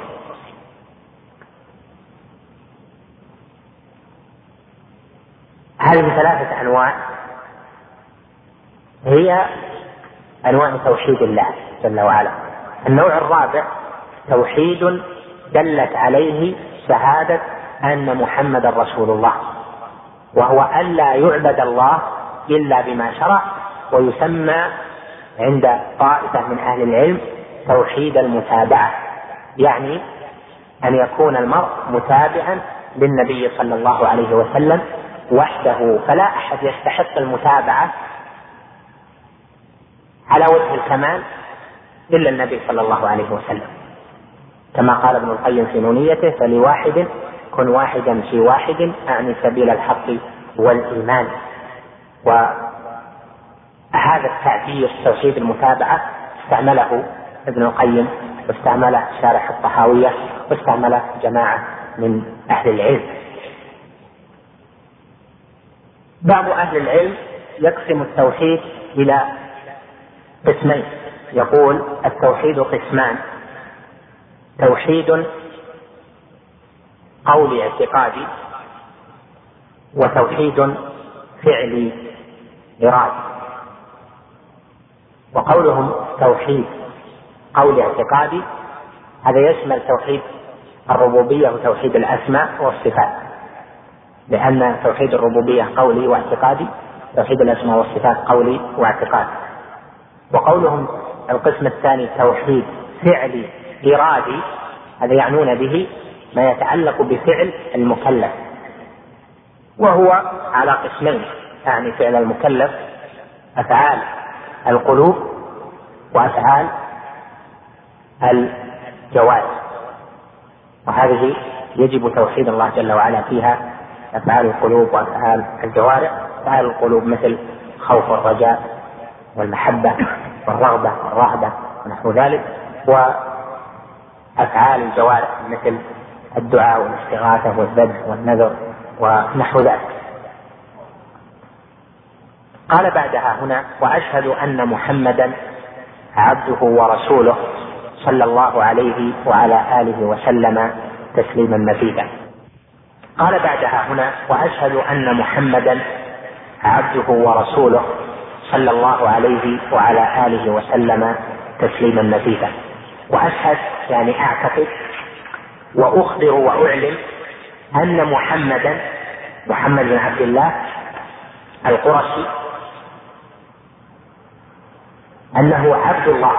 هذه 3 أنواع هي أنواع توحيد الله جل وعلا. النوع الرابع توحيد دلت عليه شهادة أن محمد رسول الله، وهو أن لا يعبد الله إلا بما شرع، ويسمى عند طائفة من أهل العلم توحيد المتابعة، يعني أن يكون المرء متابعا للنبي صلى الله عليه وسلم وحده، فلا أحد يستحق المتابعة على وجه الكمال إلا النبي صلى الله عليه وسلم، كما قال ابن القيم في نونيته: فلواحد كن واحدا في واحد، أعني سبيل الحق والإيمان. وهذا التعبير توحيد المتابعة استعمله ابن القيم، واستعمله شارح الطحاوية، واستعمله جماعة من أهل العلم. بعض أهل العلم يقسم التوحيد إلى قسمين، يقول التوحيد قسمان: توحيد قولي اعتقادي، وتوحيد فعلي إرادي. وقولهم توحيد قولي اعتقادي هذا يشمل توحيد الربوبية وتوحيد الأسماء والصفات، لأن توحيد الربوبية قولي واعتقادي، توحيد الأسماء والصفات قولي واعتقادي. وقولهم القسم الثاني توحيد فعلي إرادي، هذا يعنون به ما يتعلق بفعل المكلف، وهو على قسمين، يعني فعل المكلف أفعال القلوب وأفعال الجوارح، وهذه يجب توحيد الله جل وعلا فيها، أفعال القلوب وأفعال الجوارح. أفعال القلوب مثل خوف والرجاء والمحبة والرغبة والرهبة ونحو ذلك، وأفعال الجوارح مثل الدعاء والاستغاثة والذبح والنذر ونحو ذلك. قال بعدها هنا: وأشهد أن محمدا عبده ورسوله صلى الله عليه وعلى آله وسلم تسليما مزيدا. قال بعدها هنا: وأشهد أن محمدا عبده ورسوله صلى الله عليه وعلى آله وسلم تسليما مزيدا. وأشهد يعني أعتقد وأخبر وأعلم أن محمد بن عبد الله القرشي أنه عبد الله،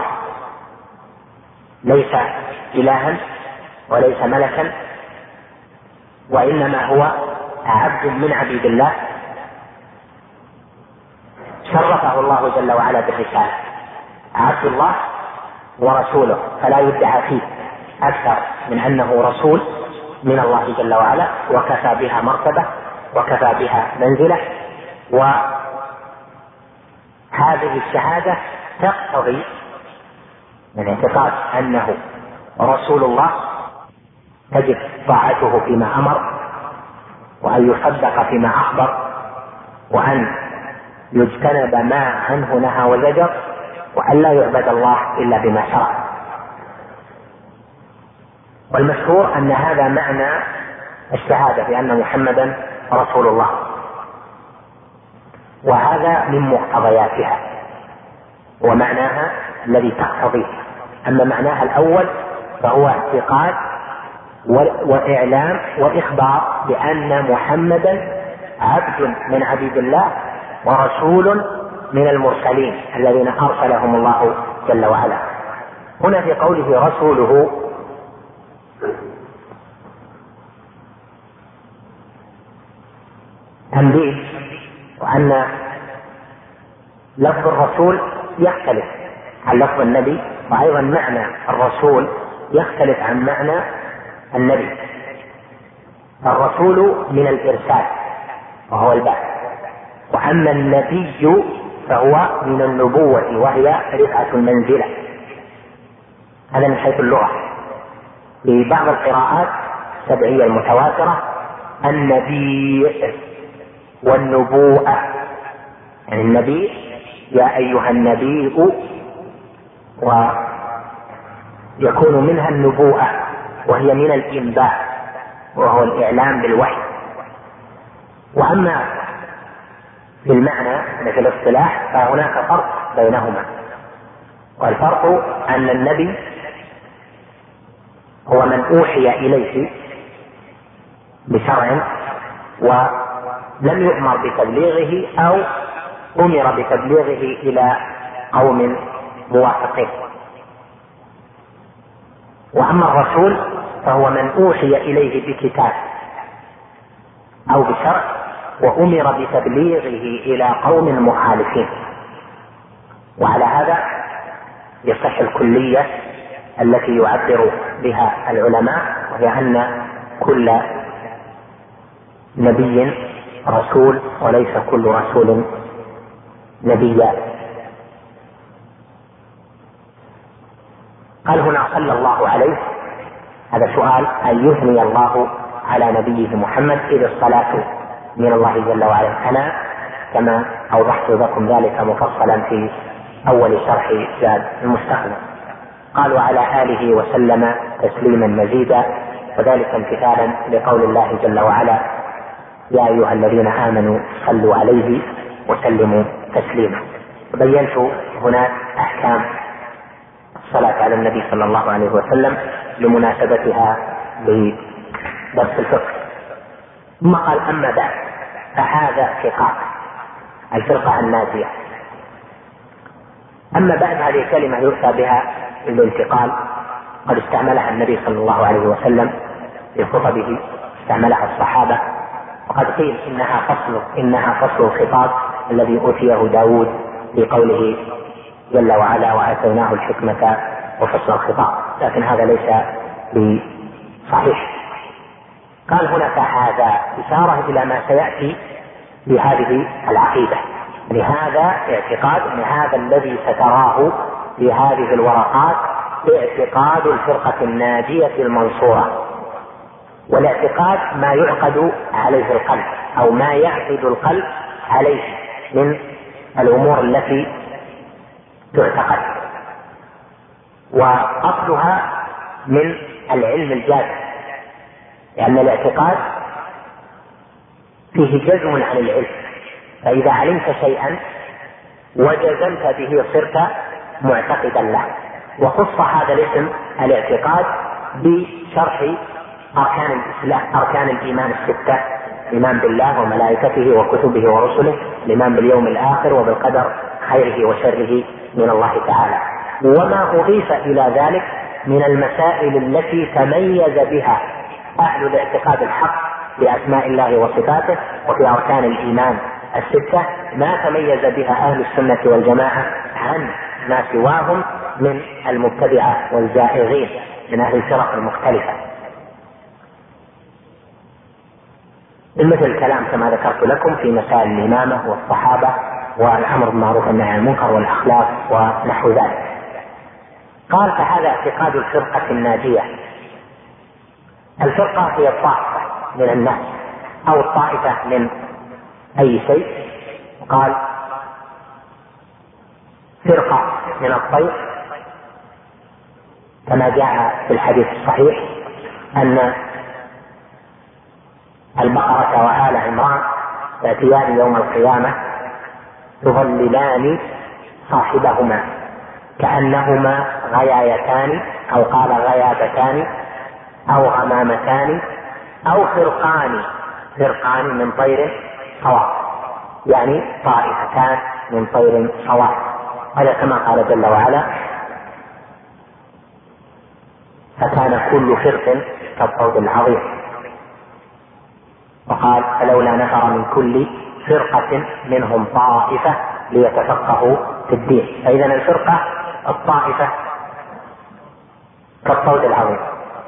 ليس إلها وليس ملكا، وإنما هو عبد من عبيد الله شرفه الله جل وعلا بالرسالة، عبد الله ورسوله، فلا يدعى فيه أكثر من أنه رسول من الله جل وعلا، وكفى بها مرتبة وكفى بها منزلة. وهذه الشهادة تقتضي من اعتقاد أنه رسول الله تجب طاعته فيما أمر، وأن يصدق فيما أخبر، وأن يجتنب ما عنه نهى وزجر، وأن لا يعبد الله إلا بما شرع. والمشهور أن هذا معنى الشهادة بأن محمدا رسول الله، وهذا من مقتضياتها ومعناها الذي تقتضيه. أما معناها الأول فهو اعتقاد وإعلام وإخبار بأن محمدا عبد من عبيد الله ورسول من المرسلين الذين أرسلهم الله جل وعلا. هنا في قوله رسوله تنبيه، وأن لفظ الرسول يختلف عن لفظ النبي، وأيضا معنى الرسول يختلف عن معنى النبي. الرسول من الإرسال وهو البعث، وأما النبي فهو من النبوة وهي رفعة المنزلة. هذا من حيث اللغة. في بعض القراءات السبعية المتواترة النبي والنبوءة، يعني النبي يا أيها النبي، ويكون منها النبوءة وهي من الإنباء وهو الإعلام بالوحي. وأما في المعنى في الاصطلاح فهناك فرق بينهما، والفرق أن النبي هو من أوحي إليه بشرع ولم يؤمر بتبليغه أو أمر بتبليغه إلى قوم موافقين. وأما الرسول فهو من أوحي إليه بكتاب أو بشرع وأمر بتبليغه إلى قوم مخالفين. وعلى هذا يصح الكلية التي يعبر بها العلماء، وهي أن كل نبي رسول وليس كل رسول نبيا. قال هنا صلى الله عليه، هذا سؤال أن يثني الله على نبيه محمد إذ الصلاة من الله جل وعلا. أنا كما أوضحت لكم ذلك مفصلا في أول شرح زاد المستقبل. قال وعلى آله وسلم تسليما مزيدا، وذلك امتثالا لقول الله جل وعلا يا أيها الذين آمنوا صلوا عليه وسلموا تسليما. بينت هنا أحكام الصلاة على النبي صلى الله عليه وسلم لمناسبتها بدرس الفقه. ثم قال أما بعد فهذا اعتقاد الفرقة الناجية. أما بعد هذه كلمة يؤتى بها الانتقال، قد استعملها النبي صلى الله عليه وسلم في خطبه، استعملها الصحابة، وقد قيل إنها فصل الخطاب الذي أوتيه داود في قوله جل وعلا وآتيناه الحكمة وفصل الخطاب، لكن هذا ليس بصحيح. قال هنا فهذا إشارة إلى ما سيأتي بهذه العقيدة، لهذا اعتقاد هذا الذي ستراه في هذه الورقات اعتقاد الفرقة الناجية المنصورة. والاعتقاد ما يعقد عليه القلب أو ما يعقد القلب عليه من الأمور التي تعتقد، وأصلها من العلم الجازم، لأن الاعتقاد فيه جزم عن العلم، فإذا علمت شيئا وجزمت به صرت معتقدا له. وخص هذا الاسم الاعتقاد بشرح أركان الإسلام، أركان الإيمان الستة: الإيمان بالله وملائكته وكتبه ورسله، الإيمان باليوم الآخر وبالقدر خيره وشره من الله تعالى، وما أضيف إلى ذلك من المسائل التي تميز بها أهل الاعتقاد الحق بأسماء الله وصفاته وفي أركان الإيمان الستة، ما تميز بها أهل السنة والجماعة عن ما سواهم من المبتدعة والزائغين من أهل الفرق المختلفة، مثل الكلام كما ذكرت لكم في مسائل الإمامة والصحابة والأمر بالمعروف والنهي عن المنكر والأخلاق ونحو ذلك. قال فهذا اعتقاد الفرقة الناجية. الفرقة هي الطائفة من الناس أو الطائفة من أي شيء. قال فرقة من الطير، كما جاء في الحديث الصحيح أن البقرة وآل عمران يأتيان يوم القيامة يظللان صاحبهما كأنهما غيايتان أو قال غيابتان أو غمامتان أو فرقان من طير صواب، يعني طائفتان من طير صواب. هذا كما قال جل وعلا فكان كل فرق كالطود العظيم. وقال فلولا نفر من كل فرقة منهم طائفة ليتفقهوا في الدين. فإذا الفرقة الطائفة كالطود العظيم،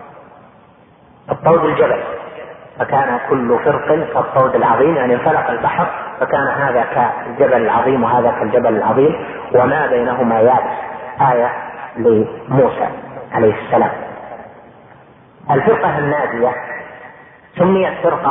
الطود الجبل، فكان كل فرق كالطود العظيم، يعني انفلق البحر فكان هذا كالجبل العظيم وهذا كالجبل العظيم وما بينهما يابس. آية لموسى عليه السلام. الفرقة الناجية سميت فرقة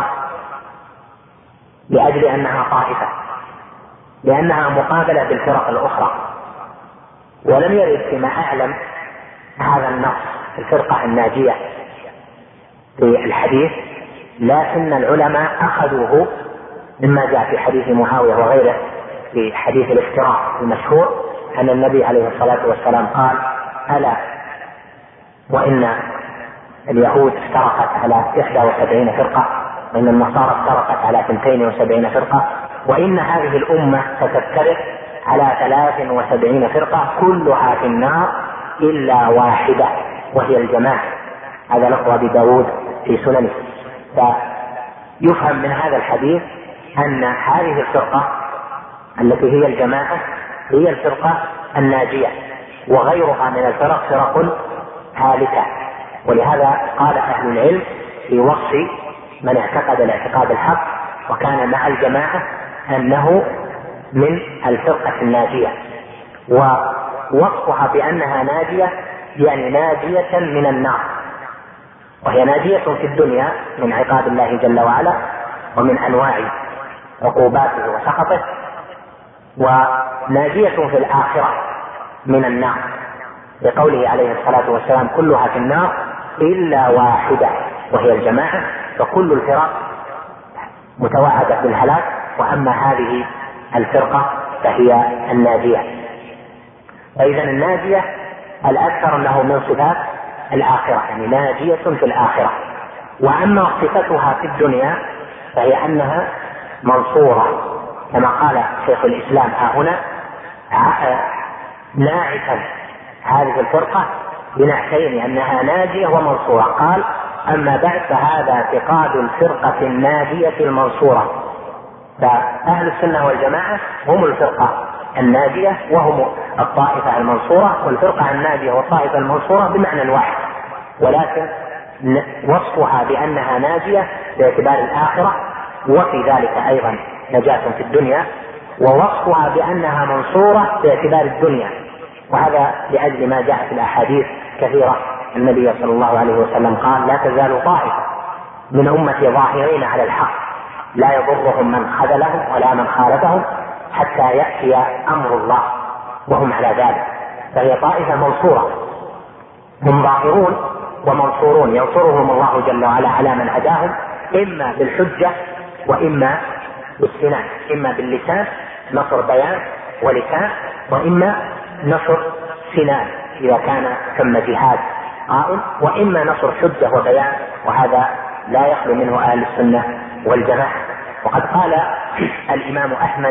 لأجل أنها طائفة، لأنها مقابلة بالفرق الأخرى. ولم يرد فيما أعلم هذا النص الفرقة الناجية في الحديث، لكن العلماء أخذوه مما جاء في حديث معاوية وغيره في حديث الافتراء المشهور أن النبي عليه الصلاة والسلام قال ألا وإن اليهود افترقت على 71 فرقة، وإن النصارى افترقت على 72 فرقة، وإن هذه الأمة ستفترق على 73 فرقة كلها في النار إلا واحدة وهي الجماعة. هذا لفظ أبي داود في سننه. فيفهم من هذا الحديث أن هذه الفرقة التي هي الجماعة هي الفرقة الناجية، وغيرها من الفرق فرق هالكة. ولهذا قال أهل العلم في وصف من اعتقد الاعتقاد الحق وكان مع الجماعة أنه من الفرقة الناجية، ووصفها بأنها ناجية يعني ناجية من النار، وهي ناجية في الدنيا من عقاب الله جل وعلا ومن أنواع عقوباته وسخطه، وناجية في الآخرة من النار، لقوله عليه الصلاة والسلام كلها في النار إلا واحدة وهي الجماعة، فكل الفرق متوعدة بالهلاك، وأما هذه الفرقة فهي الناجية. فإذا الناجية الأكثر أنه من صفات الآخرة، يعني ناجية في الآخرة. وأما صفتها في الدنيا فهي أنها منصورة، كما قال شيخ الإسلام هنا ناعتا هذه الفرقة بنعتين أنها ناجية ومنصورة. قال أما بعد فهذا اعتقاد الفرقة الناجية المنصورة. فأهل السنة والجماعة هم الفرقة الناجية وهم الطائفة المنصورة، والفرقة الناجية والطائفة المنصورة بمعنى واحد، ولكن وصفها بأنها ناجية باعتبار الآخرة، وفي ذلك أيضا نجاة في الدنيا، ووصفها بأنها منصورة باعتبار الدنيا، وهذا لأجل ما جاء في الأحاديث كثيرة. النبي صلى الله عليه وسلم قال لا تزال طائفة من أمتي ظاهرين على الحق لا يضرهم من خذلهم ولا من خالفهم حتى يأتي أمر الله وهم على ذلك. فهي طائفة منصورة، هم ظاهرون ومنصورون، ينصرهم الله جل وعلا على من عداهم، إما بالحجة وإما بالسنان، إما باللسان نصر بيان ولسان، وإما نصر سنان إذا كان ثم جهاد قائم، وإما نصر حجة وبيان، وهذا لا يخلو منه أهل السنة والجماعة. وقد قال الإمام أحمد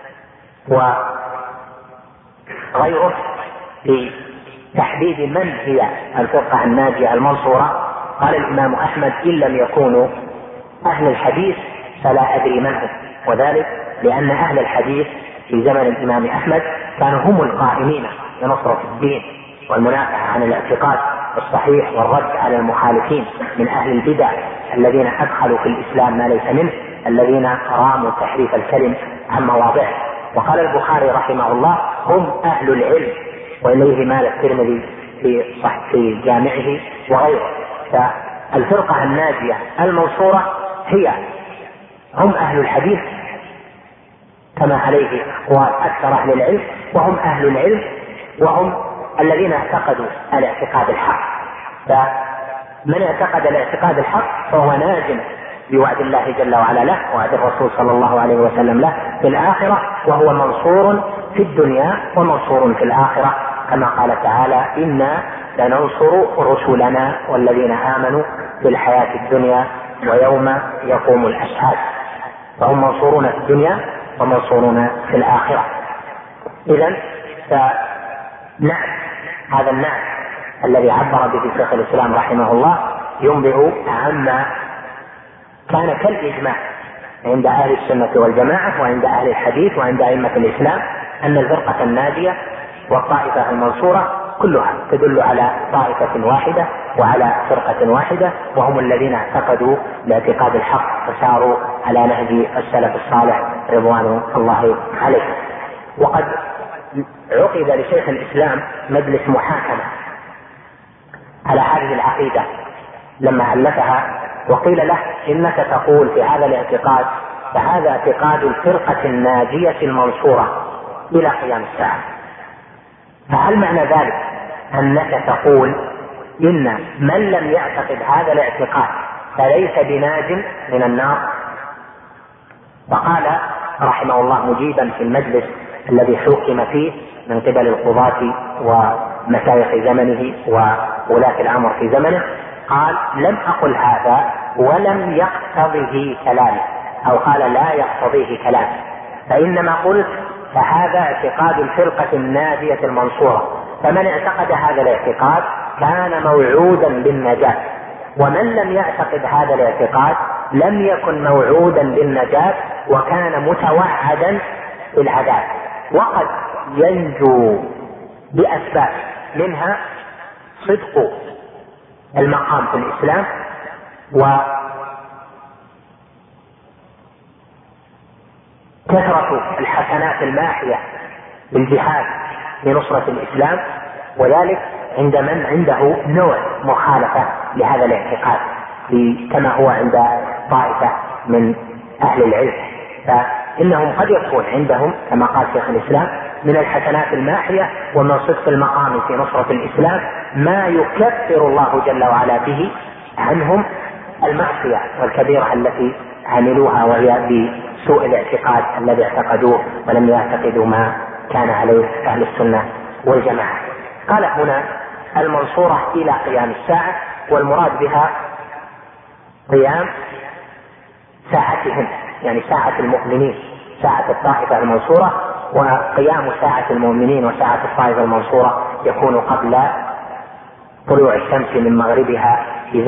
وغيره في تحديد من هي الفرقة الناجية المنصورة، قال الإمام أحمد إن لم يكونوا أهل الحديث فلا أدري من هم، وذلك لأن أهل الحديث في زمن الإمام أحمد كانوا هم القائمين بنصرة الدين والمنافحة عن الاعتقاد الصحيح والرد على المخالفين من أهل البدع الذين أدخلوا في الإسلام ما ليس منه، الذين راموا تحريف الكلم عن مواضعه. وقال البخاري رحمه الله هم أهل العلم، وإليه مال الترمذي في جامعه وغيره. فالفرقة الناجية المنصورة هم أهل الحديث كما عليه أقوال أكثر أهل العلم، وهم أهل العلم، وهم الذين اعتقدوا الاعتقاد الحق. فمن اعتقد الاعتقاد الحق فهو ناج بوعد الله جل وعلا له، وعد الرسول صلى الله عليه وسلم له في الآخرة، وهو منصور في الدنيا ومنصور في الآخرة، كما قال تعالى إنا لننصر رسلنا والذين آمنوا في الحياة الدنيا ويوم يقوم الأشهاد. فهم منصورون في الدنيا ومنصورون في الآخرة. إذن فنعم هذا النعم الذي عبر به شيخ الإسلام رحمه الله ينبئ عما كان كالإجماع عند أهل السنة والجماعة وعند أهل الحديث وعند أئمة الإسلام أن الفرقة الناجية والطائفة المنصورة كلها تدل على طائفة واحدة وعلى فرقة واحدة، وهم الذين اعتقدوا باعتقاد الحق وساروا على نهج السلف الصالح رضوان الله عليه. وقد عقد لشيخ الإسلام مجلس محاكمة على هذه العقيدة لما ألفها، وقيل له إنك تقول في هذا الاعتقاد فهذا اعتقاد الفرقة الناجية المنصورة إلى قيام الساعة، فهل معنى ذلك أنك تقول إن من لم يعتقد هذا الاعتقاد فليس بناج من النار؟ فقال رحمه الله مجيبا في المجلس الذي حكم فيه من قبل القضاة ومشايخ زمنه وولاة الأمر في زمنه، قال لم أقل هذا ولم يقتضه كلامي، أو قال لا يقتضيه كلام، فإنما قلت فهذا اعتقاد الفرقة الناجية المنصورة، فمن اعتقد هذا الاعتقاد كان موعودا بالنجاة، ومن لم يعتقد هذا الاعتقاد لم يكن موعودا بالنجاة وكان متوعدا بالعذاب، وقد ينجو بأسباب، منها صدق المقام في الإسلام وكثرة الحسنات الماحية بالجهاد لنصرة الإسلام، وذلك عند من عنده نوع مخالفة لهذا الاعتقاد كما هو عند طائفة من أهل العلم، فإنهم قد يكون عندهم كما قال شيخ الإسلام من الحسنات الماحية ومن صدق المقام في نصرة الإسلام ما يكفر الله جل وعلا به عنهم المعصية والكبيرة التي عملوها، وهي بسوء الاعتقاد الذي اعتقدوه ولم يعتقدوا ما كان عليه أهل السنة والجماعة. قال هنا المنصورة إلى قيام الساعة، والمراد بها قيام ساعتهم، يعني ساعة المؤمنين، ساعة الطائفة المنصورة، وقيام ساعة المؤمنين وساعة الطائفة المنصورة يكون قبل طلوع الشمس من مغربها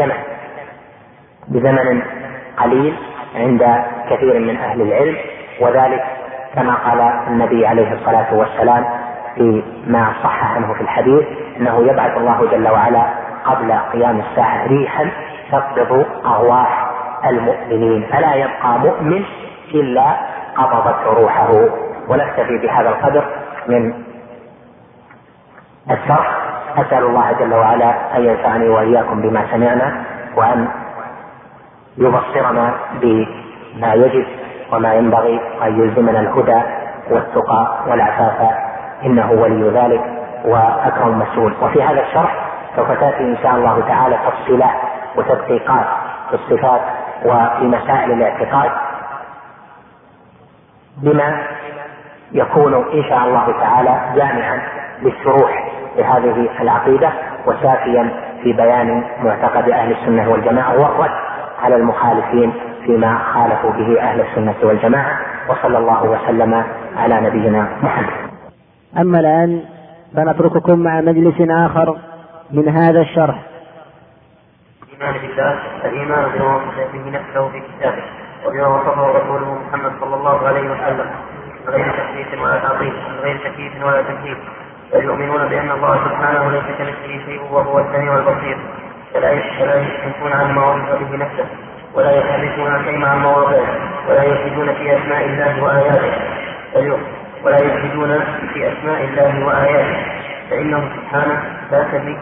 بزمن قليل عند كثير من أهل العلم، وذلك كما قال النبي عليه الصلاة والسلام فيما صح عنه في الحديث أنه يبعث الله جل وعلا قبل قيام الساعة ريحا تقبض أرواح المؤمنين، فلا يبقى مؤمن إلا قبضت روحه. ونكتفي بهذا القدر من الشرح. أسأل الله جل وعلا أن ينفعني وإياكم بما سمعنا، وأن يبصرنا بما يجب وما ينبغي، وأن يلزمنا الهدى والتقى والعفاف، إنه ولي ذلك وأكرم مسؤول. وفي هذا الشرح سوف تأتي إن شاء الله تعالى تفصيلات وتدقيقات في الصفات وفي مسائل الاعتقاد، بما يكون إن شاء الله تعالى جامعا للشروح لهذه العقيدة وشافيا في بيان معتقد أهل السنة والجماعة والرد على المخالفين فيما خالفوا به أهل السنة والجماعة. وصلى الله وسلم على نبينا محمد. أما الآن فنترككم مع مجلس آخر من هذا الشرح. الإيمان بالله الإيمان بما وصف به نفسه في كتابه وبما وصفه رسوله محمد صلى الله عليه وسلم غير تحريف ولا تعطيل غير تكييف ولا تمثيل، بل يؤمنون بأن الله سبحانه ليس كمثله شيء وهو السميع البصير، فلا يشركون عن ما وصف به نفسه ولا يحرفون شيئا عن مواضعه ولا يلحدون في أسماء الله وآياته فإنه سبحانه لا شريك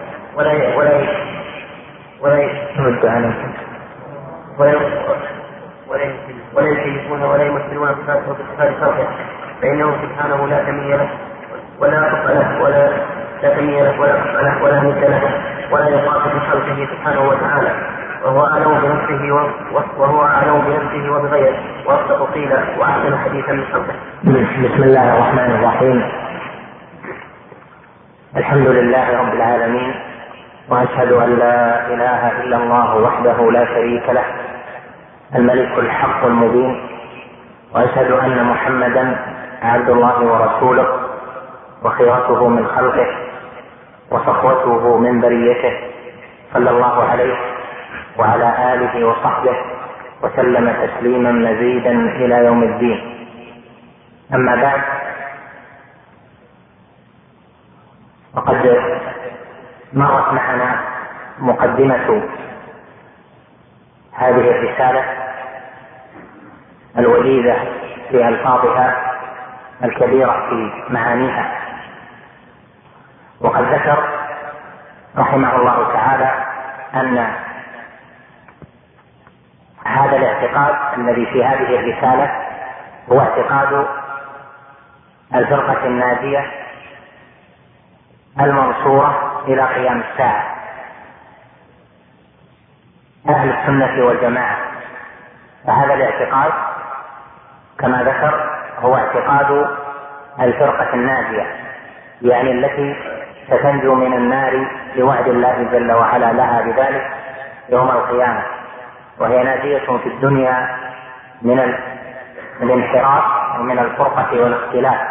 ولا يكيفون ولا يمثلون صفاته بصفات خلقه، فإنه سبحانه لا كمية له ولا كفء له لا كمية له ولا كفء له ولا مثل له ولا يقاس بخلقه سبحانه وتعالى، وهو أعلم بنفسه وبغيره وأصدق قيلا وأحسن حديثا من خلقه. بسم الله الرحمن الرحيم. الحمد لله رب العالمين، وأشهد أن لا إله إلا الله وحده لا شريك له الملك الحق المبين، وأشهد أن محمدا عبد الله ورسوله وخيرته من خلقه وصفوته من بريته، صلى الله عليه وعلى آله وصحبه وسلم تسليما مزيدا إلى يوم الدين. أما بعد، وقد مرت معنا مقدمة هذه الرسالة الوجيزة في ألفاظها الكبيرة في معانيها، وقد ذكر رحمه الله تعالى أن هذا الاعتقاد الذي في هذه الرسالة هو اعتقاد الفرقة الناجية المنصورة إلى قيام الساعة، أهل السنة والجماعة. فهذا الاعتقاد كما ذكر هو اعتقاد الفرقة الناجية، يعني التي ستنجو من النار لوعد الله جل وعلا لها بذلك، يوم القيامة، وهي ناجية في الدنيا من الانحراف ومن الفرقة والاختلاف،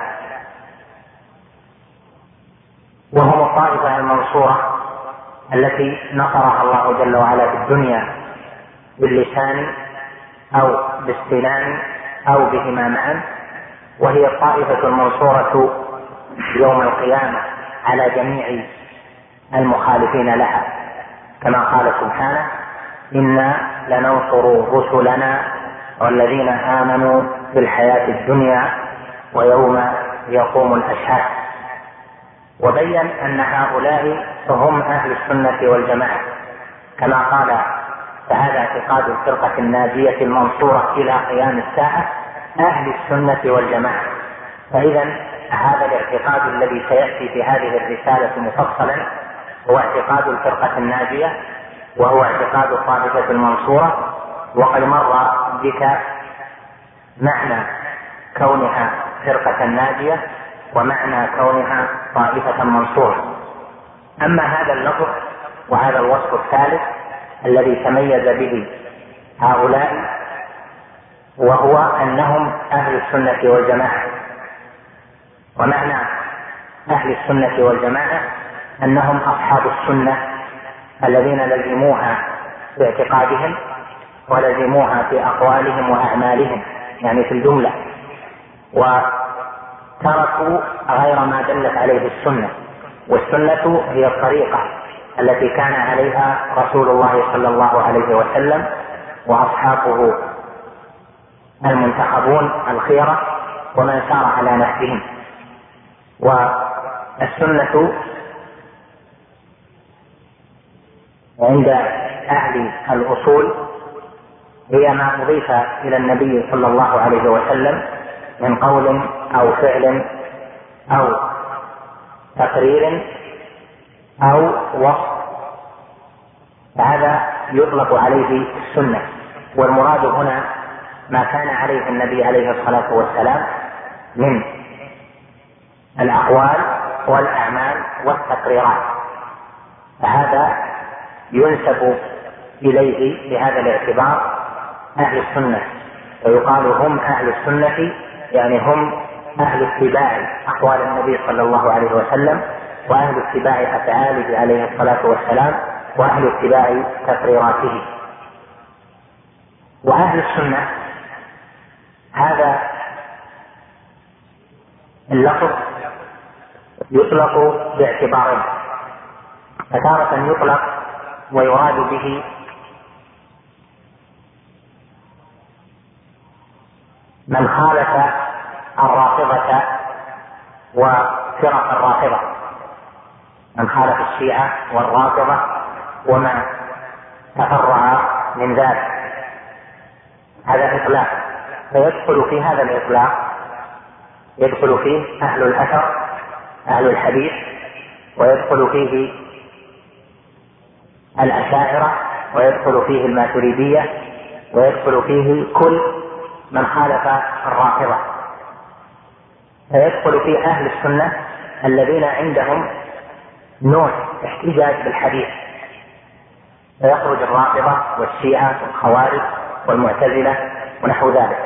وهم الطائفة المنصورة التي نصرها الله جل وعلا في الدنيا باللسان أو بالسنان أو بهما معا، وهي الطائفة المنصورة يوم القيامة على جميع المخالفين لها، كما قال سبحانه: إنا لننصر رسلنا والذين آمنوا في الحياة الدنيا ويوم يقوم الأشهاد. وبين أن هؤلاء هم أهل السنة والجماعة، كما قال: فهذا اعتقاد الفرقة الناجية المنصورة إلى قيام الساعة أهل السنة والجماعة. فإذا هذا الاعتقاد الذي سيأتي في هذه الرسالة مفصلا هو اعتقاد الفرقة الناجية، وهو اعتقاد الطائفة المنصورة. وقد مر بك معنى كونها فرقة ناجية ومعنى كونها طائفة منصورة. أما هذا اللفظ وهذا الوصف الثالث الذي تميز به هؤلاء، وهو أنهم أهل السنة والجماعة. ومعنى أهل السنة والجماعة أنهم أصحاب السنة الذين لزموها في اعتقادهم ولزموها في أقوالهم وأعمالهم، يعني في الجملة، وتركوا غير ما دلت عليه السنة. والسنة هي الطريقة التي كان عليها رسول الله صلى الله عليه وسلم وأصحابه المنتخبون الخيرة ومن سار على نهجهم. والسنة عند أهل الأصول هي ما أضيف إلى النبي صلى الله عليه وسلم من قول أو فعل أو تقرير أو وصف، فهذا يطلق عليه السنة. والمراد هنا ما كان عليه النبي عليه الصلاة والسلام من الأقوال والأعمال والتقريرات، فهذا ينسب إليه بهذا الاعتبار أهل السنة، ويقال هم أهل السنة، يعني هم أهل اتباع أقوال النبي صلى الله عليه وسلم، وأهل اتباع أفعاله عليه الصلاة والسلام، وأهل اتباع تقريراته. وأهل السنة هذا اللفظ يطلق باعتبارين: فتارة يطلق ويراد به من خالف الرافضة وفرق الرافضة، من خالف الشيعة والرافضة وما تفرع من ذلك، هذا إطلاق. فيدخل في هذا الإطلاق يدخل فيه أهل الأثر أهل الحديث، ويدخل فيه الأشاعرة، ويدخل فيه الماتريدية، ويدخل فيه كل من خالف الرافضة. فيدخل فيه أهل السنة الذين عندهم نوع احتجاج بالحديث، فيخرج الرافضة والشيعة والخوارج والمعتزلة ونحو ذلك.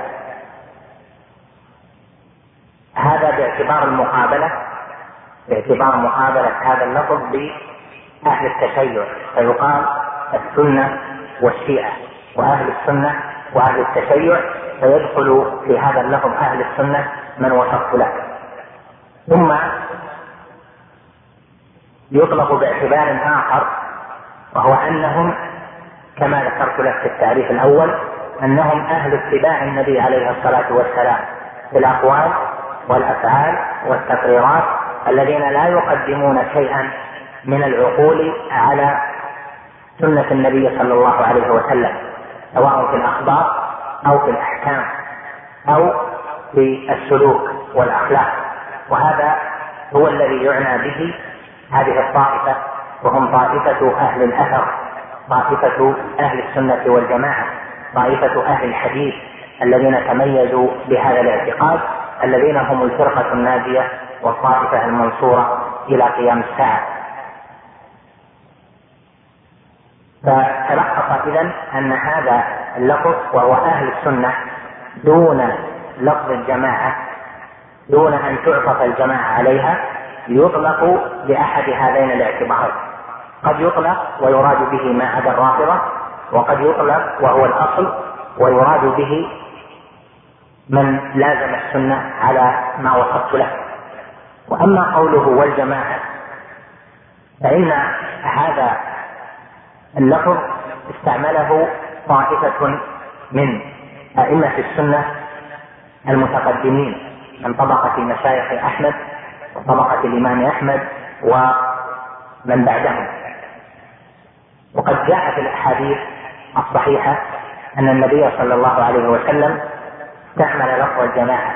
هذا باعتبار المقابلة، باعتبار مقابلة هذا اللفظ بأهل التشيع، فيقال السنة والشيعة وأهل السنة وأهل التشيع، فيدخل في هذا اللفظ أهل السنة من وصفت له. ثم يطلق باعتبار آخر، وهو أنهم كما ذكرت لك في التعريف الأول أنهم أهل اتباع النبي عليه الصلاة والسلام في الأقوال والأفعال والتقريرات، الذين لا يقدمون شيئا من العقول على سنة النبي صلى الله عليه وسلم، سواء في الأخبار أو في الأحكام أو في السلوك والأخلاق. وهذا هو الذي يعنى به هذه الطائفة، وهم طائفة أهل الأثر، طائفة أهل السنة والجماعة، طائفة أهل الحديث الذين تميزوا بهذا الاعتقاد، الذين هم الفرقة الناجية والطائفة المنصورة إلى قيام الساعة. فتلخص إذن أن هذا اللفظ وهو أهل السنة دون لفظ الجماعة، دون أن تعطف الجماعة عليها، يطلق لأحد هذين الاعتبارين. قد يطلق ويراد به ما عدا الرافضة، وقد يطلق وهو الأصل ويراد به من لازم السنة على ما وصفت له. وأما قوله والجماعة فإن هذا اللفظ استعمله طائفة من أئمة السنة المتقدمين من طبقة مشايخ أحمد وطبقة الإمام أحمد ومن بعدهم. وقد جاء في الأحاديث الصحيحة أن النبي صلى الله عليه وسلم استعمل لفظ الجماعة،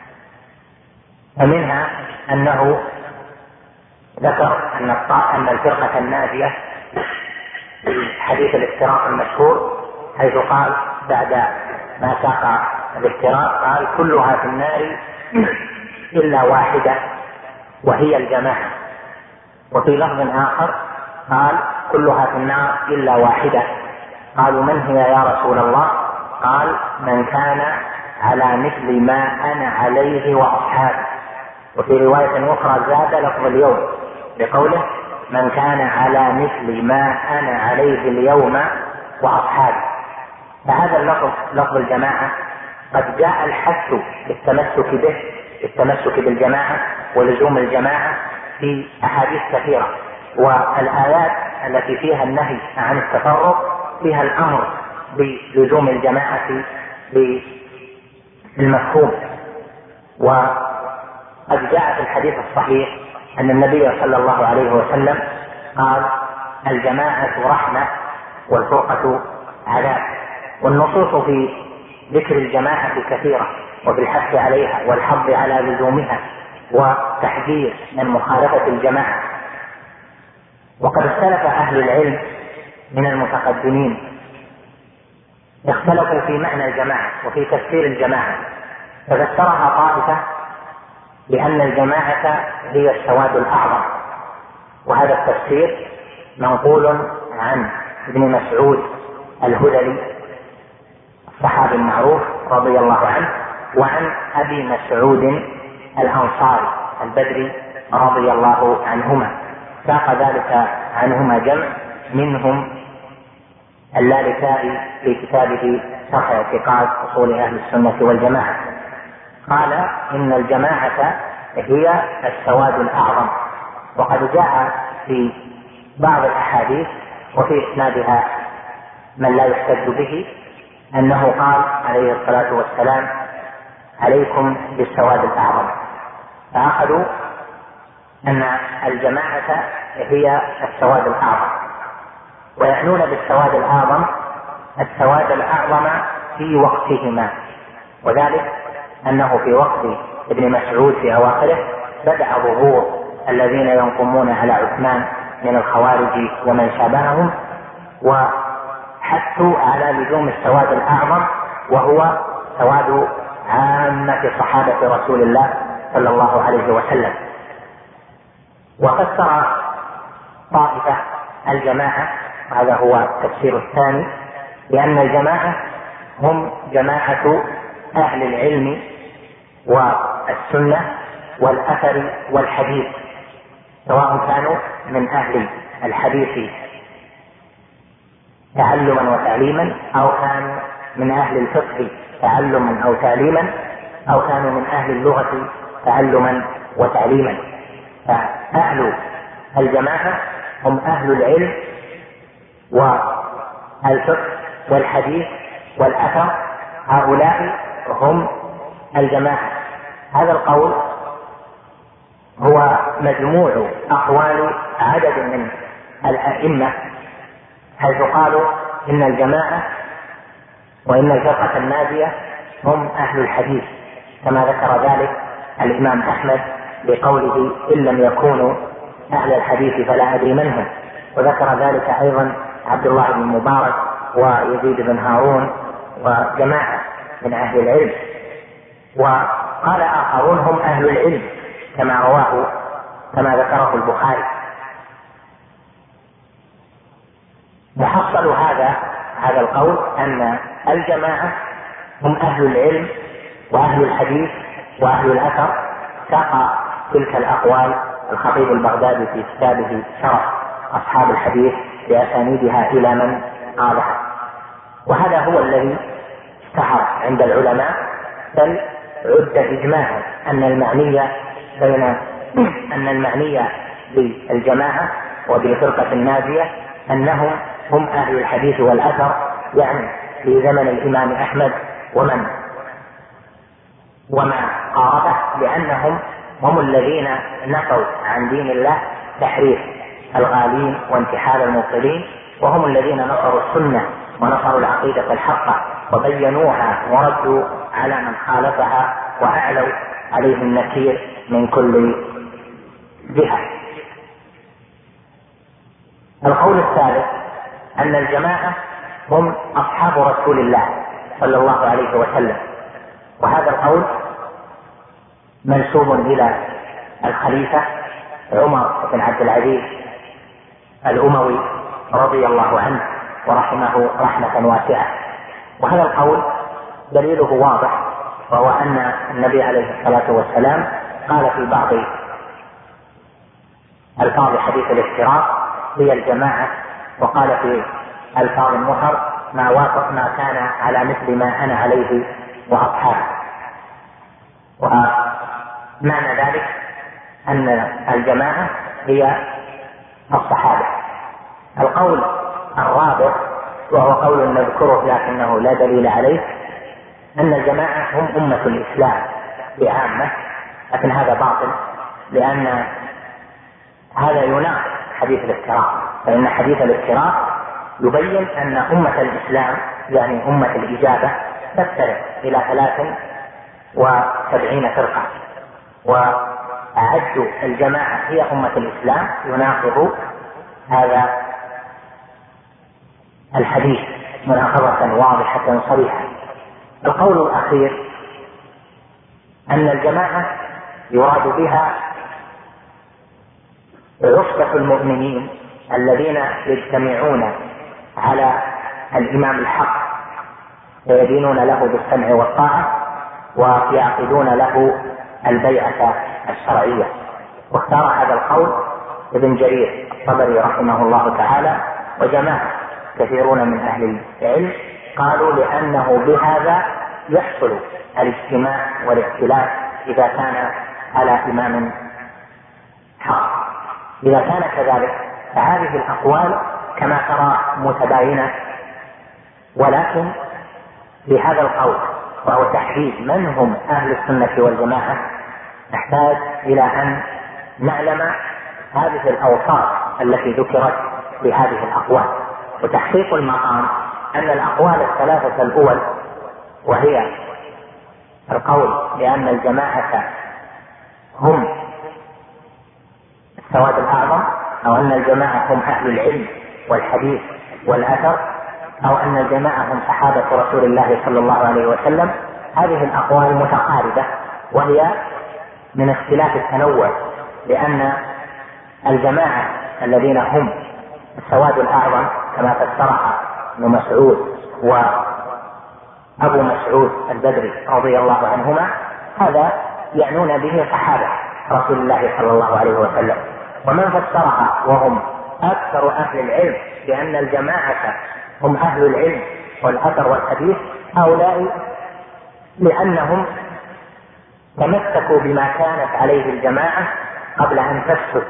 فمنها أنه ذكر أن الفرقة الناجية في حديث الافتراق المشهور، حيث قال بعد ما ساق الافتراق قال كلها في النار إلا واحدة وهي الجماعة. وفي لفظ آخر قال كلها في النار إلا واحدة. قالوا من هي يا رسول الله؟ قال من كان على مثل ما أنا عليه وأصحابي. وفي رواية أخرى زاد لفظ اليوم بقوله من كان على مثل ما أنا عليه اليوم وأصحابي. فهذا اللفظ لفظ الجماعة قد جاء الحث بالتمسك به، بالتمسك بالجماعة ولزوم الجماعة في أحاديث كثيرة، والآيات التي فيها النهي عن التفرق فيها الأمر بلزوم الجماعة بالمفهوم. وقد جاء في الحديث الصحيح أن النبي صلى الله عليه وسلم قال الجماعة رحمة والفرقة عذاب. والنصوص في ذكر الجماعة كثيرة وفي الحث عليها والحض على لزومها وتحذير من مخالفة الجماعة. وقد اختلف أهل العلم من المتقدمين، اختلفوا في معنى الجماعة وفي تفسير الجماعة، ففسرها طائفة لأن الجماعة هي السواد الأعظم، وهذا التفسير منقول عن ابن مسعود الهذلي الصحابي المعروف رضي الله عنه، وعن أبي مسعود الأنصاري البدري رضي الله عنهما. ساق ذلك عنهما جمع منهم اللالكائي في كتابه شرح اعتقاد أصول أهل السنة والجماعة، قال إن الجماعة هي السواد الأعظم. وقد جاء في بعض الأحاديث وفي إسنادها من لا يحتج به أنه قال عليه الصلاة والسلام عليكم بالسواد الأعظم، فأخذوا أن الجماعة هي السواد الأعظم، ويعنون بالسواد الأعظم السواد الأعظم في وقتهما، وذلك أنه في وقت ابن مسعود في أواخره بدأ ظهور الذين ينقمون على عثمان من الخوارج ومن شابههم، وحثوا على لزوم السواد الأعظم وهو سواد عامة صحابة رسول الله صلى الله عليه وسلم. وفسر طائفة الجماعة، هذا هو التفسير الثاني، لأن الجماعة هم جماعة أهل العلم والسنة والأثر والحديث، سواء كانوا من أهل الحديث تعلما وتعليما، أو كانوا من أهل الفقه تعلما أو تعليما، أو كانوا من أهل اللغة تعلما وتعليما. فأهل الجماعة هم أهل العلم والفقه والحديث والأثر، هؤلاء هم الجماعة. هذا القول هو مجموع أقوال عدد من الأئمة، حيث قالوا إن الجماعة وإن الفرقة الناجية هم أهل الحديث، كما ذكر ذلك الإمام أحمد بقوله إن لم يكونوا أهل الحديث فلا أدري من هم، وذكر ذلك أيضا عبد الله بن مبارك ويزيد بن هارون وجماعة من أهل العلم. وقال آخرون هم أهل العلم كما ذكره البخاري. محصل هذا القول أن الجماعة هم أهل العلم وأهل الحديث وأهل الأثر. ساق تلك الأقوال الخطيب البغدادي في كتابه شرف أصحاب الحديث بأسانيدها إلى من قالها، وهذا هو الذي اشتهر عند العلماء، بل عد إجماعا أن المعنية بالجماعة وبالفرقة الناجية أنهم هم أهل الحديث والأثر، يعني في زمن الإمام أحمد وما قاربه، لأنهم هم الذين نقوا عن دين الله تحريف الغالين وانتحال المبطلين، وهم الذين نصروا السنة ونصروا العقيدة الحقة وبينوها وردوا على من خالفها وأعلوا عليه النكير من كل جهة. القول الثالث أن الجماعة هم أصحاب رسول الله صلى الله عليه وسلم، وهذا القول منسوب إلى الخليفة عمر بن عبد العزيز الأموي رضي الله عنه ورحمه رحمة واسعة. وهذا القول دليله واضح، وهو أن النبي عليه الصلاة والسلام قال في بعض ألفاظ حديث الافتراق هي الجماعة، وقال في ألفاظ النحر ما وافق ما كان على مثل ما أنا عليه وأصحابي. ومعنى ذلك أن الجماعة هي الصحابة. القول الرابع وهو قول نذكره لكنه لا دليل عليه، أن الجماعة هم أمة الإسلام بعامة، لكن هذا باطل، لأن هذا يناقض حديث الافتراق، فإن حديث الافتراق يبين أن أمة الإسلام يعني أمة الإجابة تفترق إلى 73 فرقة، وأعد الجماعة هي أمة الإسلام يناقض هذا الحديث مناقضة واضحة صريحة. القول الأخير أن الجماعة يراد بها عصبة المؤمنين الذين يجتمعون على الإمام الحق ويدينون له بالسمع والطاعة ويعقدون له البيعة الشرعية. واختار هذا القول ابن جرير الطبري رحمه الله تعالى وجماعة كثيرون من أهل العلم، قالوا لأنه بهذا يحصل الاجتماع والائتلاف إذا كان على إمام حق. إذا كان كذلك فهذه الأقوال كما ترى متباينة، ولكن في هذا القول وهو تحديد من هم أهل السنة والجماعة نحتاج إلى أن نعلم هذه الأوصاف التي ذكرت في هذه الأقوال. وتحقيق المقام أن الأقوال الثلاثة الأول، وهي القول بأن الجماعة هم السواد الأعظم، أو أن الجماعة هم أهل العلم والحديث والأثر، أو أن الجماعة هم صحابة رسول الله صلى الله عليه وسلم، هذه الأقوال متقاربة وهي من اختلاف التنوع، لأن الجماعة الذين هم السواد الأعظم كما فسرها ابن مسعود وأبو مسعود البدري رضي الله عنهما، هذا يعنون به صحابة رسول الله صلى الله عليه وسلم. ومن فسرها وهم أكثر أهل العلم بأن الجماعة هم أهل العلم والأثر والحديث، هؤلاء لأنهم تمسكوا بما كانت عليه الجماعة قبل أن تفسد،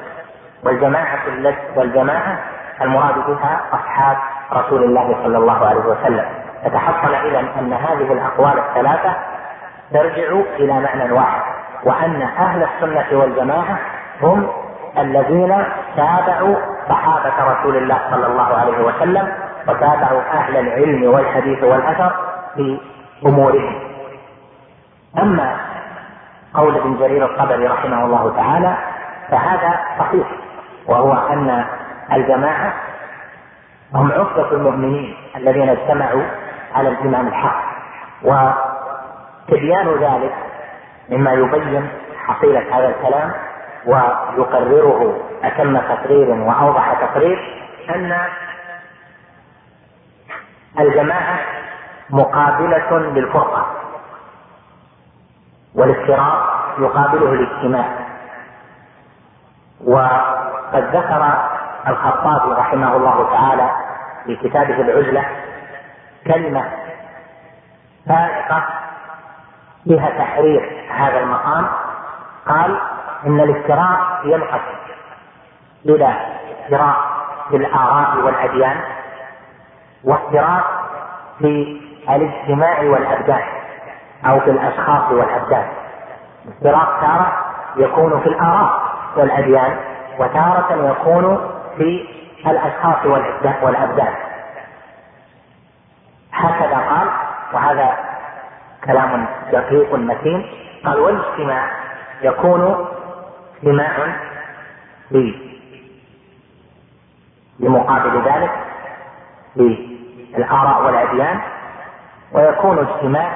والجماعة المراد بها أصحاب رسول الله صلى الله عليه وسلم. فتحصل إذن أن هذه الأقوال الثلاثة ترجع إلى معنى واحد، وأن أهل السنة والجماعة هم الذين تابعوا صحابة رسول الله صلى الله عليه وسلم وتابعوا أهل العلم والحديث والأثر في أمورهم. أما قول ابن جرير الطبري رحمه الله تعالى فهذا صحيح، وهو أن الجماعة هم عصبة المؤمنين الذين اجتمعوا على الإمام الحق، وتبيان ذلك مما يبين حصيلة هذا الكلام ويقرره أتم تقرير وأوضح تقرير أن الجماعة مقابلة للفرقة، والافتراق يقابله الاجتماع. وقد ذكر الخطابي رحمه الله تعالى في كتابه العزلة كلمة فائقة فيها تحرير هذا المقام. قال إن الافتراق ينقسم إلى افتراق في الآراء والأديان، وافتراق في الاجتماع والأبدان أو في الأشخاص والأبدان. افتراق تارة يكون في الآراء والأديان، وتارة يكون في الأشخاص والأبدان. هكذا قال، وهذا كلام دقيق متين. قال والاجتماع يكون اجتماع لمقابل ذلك للآراء والأديان، ويكون اجتماع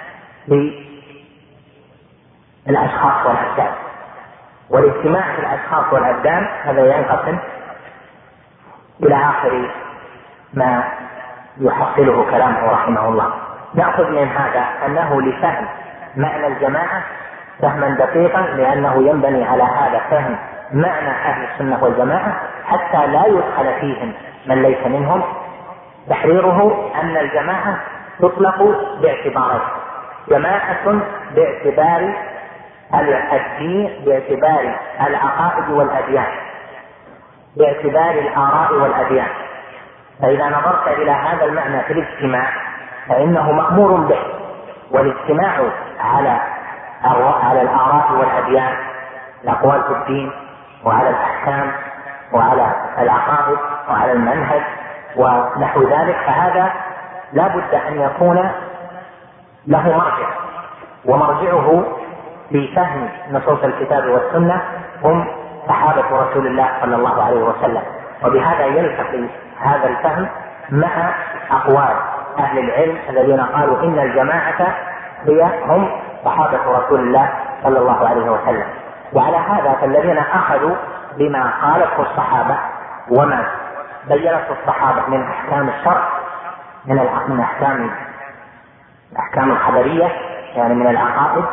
للأشخاص والأبدان. والاجتماع في الأشخاص والأبدان هذا ينقسم إلى آخر ما يحصله كلامه رحمه الله. نأخذ من هذا أنه لفهم معنى الجماعة فهما دقيقا، لأنه ينبني على هذا فهم معنى أهل السنة والجماعة حتى لا يدخل فيهم من ليس منهم. تحريره أن الجماعة تطلق باعتبارين: جماعة باعتبار الدين، باعتبار العقائد والأديان، باعتبار الآراء والأديان. فإذا نظرت إلى هذا المعنى في الاجتماع فإنه مأمور به، والاجتماع على الآراء والأديان، الأقوال في الدين وعلى الأحكام وعلى العقائد وعلى المنهج ونحو ذلك، فهذا لا بد أن يكون له مرجع، ومرجعه في فهم نصوص الكتاب والسنة هم صحابة رسول الله صلى الله عليه وسلم. وبهذا يلتقي هذا الفهم مع أقوال أهل العلم الذين قالوا إن الجماعة هم صحابة رسول الله صلى الله عليه وسلم. وعلى هذا فالذين أخذوا بما قالته الصحابة وما بينته الصحابة من أحكام الشرع، من أحكام الخبرية يعني من العقائد،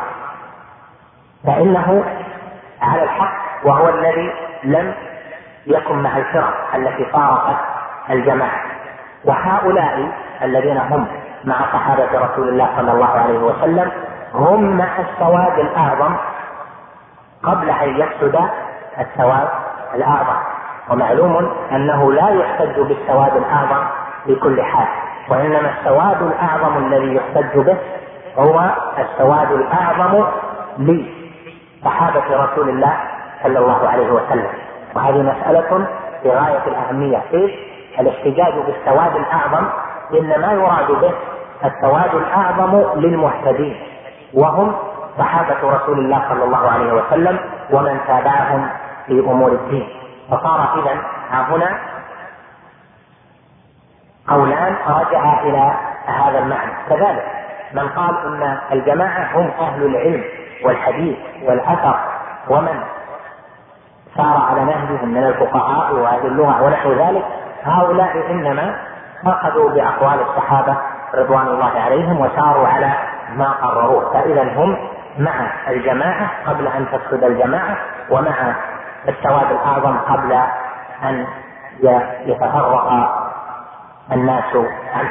فإنه على الحق، وهو الذي لم يكن مع الفرق التي فارقت الجماعة. وهؤلاء الذين هم مع صحابة رسول الله صلى الله عليه وسلم هم مع السواد الأعظم قبل أن يفسد السواد الأعظم. ومعلوم أنه لا يحتج بالسواد الأعظم بكل حال، وإنما السواد الأعظم الذي يحتج به هو السواد الأعظم لصحابة رسول الله صلى الله عليه وسلم. وهذه مسألة في غاية الأهمية. الاحتجاج بالسواد الأعظم إنما يراد به السواد الأعظم للمهتدين، وهم صحابة رسول الله صلى الله عليه وسلم ومن تابعهم في أمور الدين. فصار إذن هنا قولان رجع إلى هذا المعنى. كذلك من قال إن الجماعة هم أهل العلم والحديث والأثر ومن سار على نهجهم من الفقهاء وأهل اللغة ونحو ذلك، هؤلاء إنما أخذوا بأقوال الصحابة رضوان الله عليهم وساروا على ما قرروه، فإذا هم مع الجماعة قبل أن تفسد الجماعة، ومع السواد الأعظم قبل أن يتفرق الناس عنه.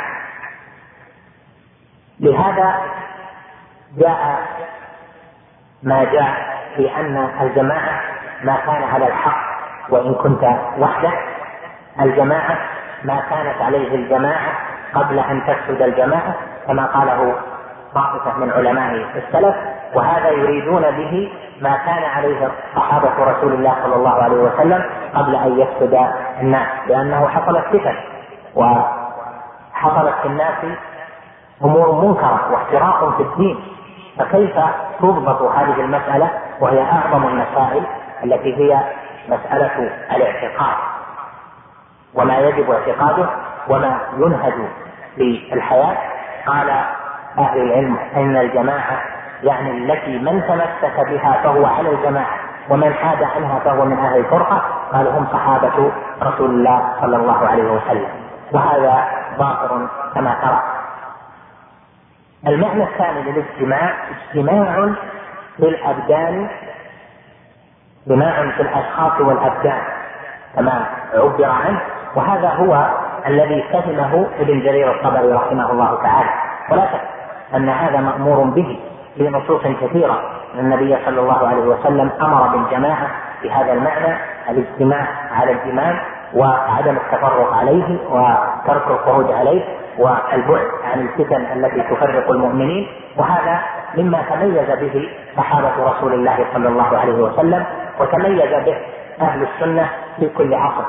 لهذا جاء ما جاء في أن الجماعة ما كان على الحق وإن كنت وحدك، الجماعة ما كانت عليه الجماعة قبل أن تفسد الجماعة، كما قاله طائفة من علماء السلف. وهذا يريدون به ما كان عليه صحابة رسول الله صلى الله عليه وسلم قبل أن يفسد الناس، لأنه حصلت فتن وحصلت في الناس أمور منكرة واختراق في الدين، فكيف تضبط هذه المسألة وهي أعظم المسائل التي هي مسألة الاعتقاد وما يجب اعتقاده وما ينهج في الحياة؟ قال أهل العلم أن الجماعة يعني التي من تمسك بها فهو على الجماعة، ومن حاد عنها فهو من أهل الفرقة. قال هم صحابة رسول الله صلى الله عليه وسلم. وهذا ظاهر كما ترى. المعنى الثاني للاجتماع اجتماع في الأبدان، اجتماع في الأشخاص والأبدان كما عبر عنه، وهذا هو الذي فهمه ابن جرير الطبري رحمه الله تعالى. ولا شك أن هذا مأمور به في نصوص كثيرة. النبي صلى الله عليه وسلم أمر بالجماعة بهذا المعنى، الاجتماع على الإمام وعدم التفرق عليه وترك الخروج عليه والبعد عن الفتن التي تفرق المؤمنين، وهذا مما تميز به صحابة رسول الله صلى الله عليه وسلم وتميز به أهل السنة في كل عصر.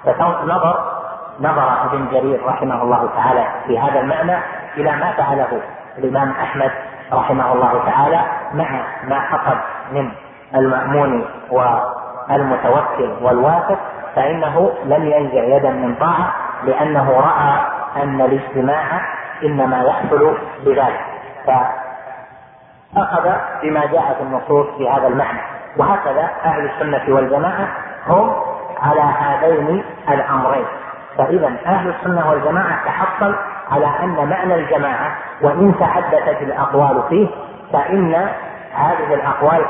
نظر ابن جرير رحمه الله تعالى في هذا المعنى إلى ما فعله الإمام أحمد رحمه الله تعالى مع ما حصل من المأمون والمتوكل والواثق، فإنه لم ينزع يدا من طاعة، لأنه رأى أن الاجتماع إنما يحصل بذلك، فأخذ بما جاء في النصوص في هذا المعنى. وهكذا أهل السنة والجماعة هم على هذين الأمرين. فإذا أهل السنة والجماعة تحصل على أن معنى الجماعة وإن تحدثت الأقوال فيه، فإن هذه الأقوال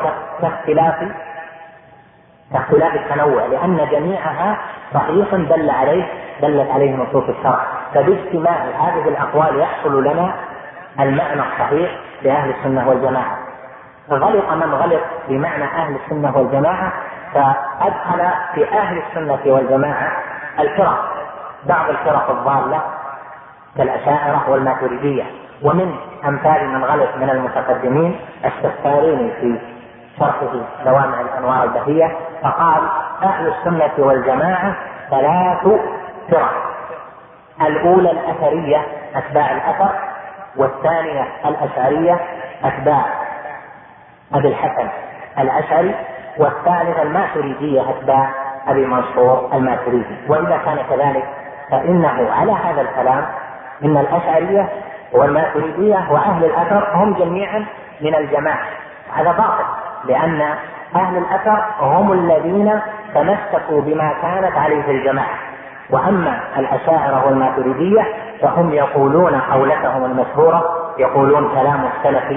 كاختلاف التنوع، لأن جميعها صحيح دلت عليه نصوص الشرع. فباجتماع هذه الأقوال يحصل لنا المعنى الصحيح لأهل السنة والجماعة. غلط من غلط بمعنى أهل السنة والجماعة، فأدخل في أهل السنة والجماعة الفرق، بعض الفرق الضالة كالأشاعرة والماتريدية، ومن أمثال من غلط من المتقدمين السفاريني في شرحه دوامع الأنوار البهية، فقال أهل السنة والجماعة 3 فرق: الأولى الأثرية أتباع الأثر، والثانية الأشعرية أتباع أبي الحسن الأشعري، والثالثة الماتريدية أتباع أبي منصور الماتريدي. وإذا كان كذلك فإنه على هذا الكلام إن الأشعرية والماتريدية وأهل الأثر هم جميعا من الجماعة. هذا باطل، لأن أهل الأثر هم الذين تمسكوا بما كانت عليه الجماعة، وأما الأشاعرة والماتريدية فهم يقولون قولتهم المشهورة، يقولون كلام السلف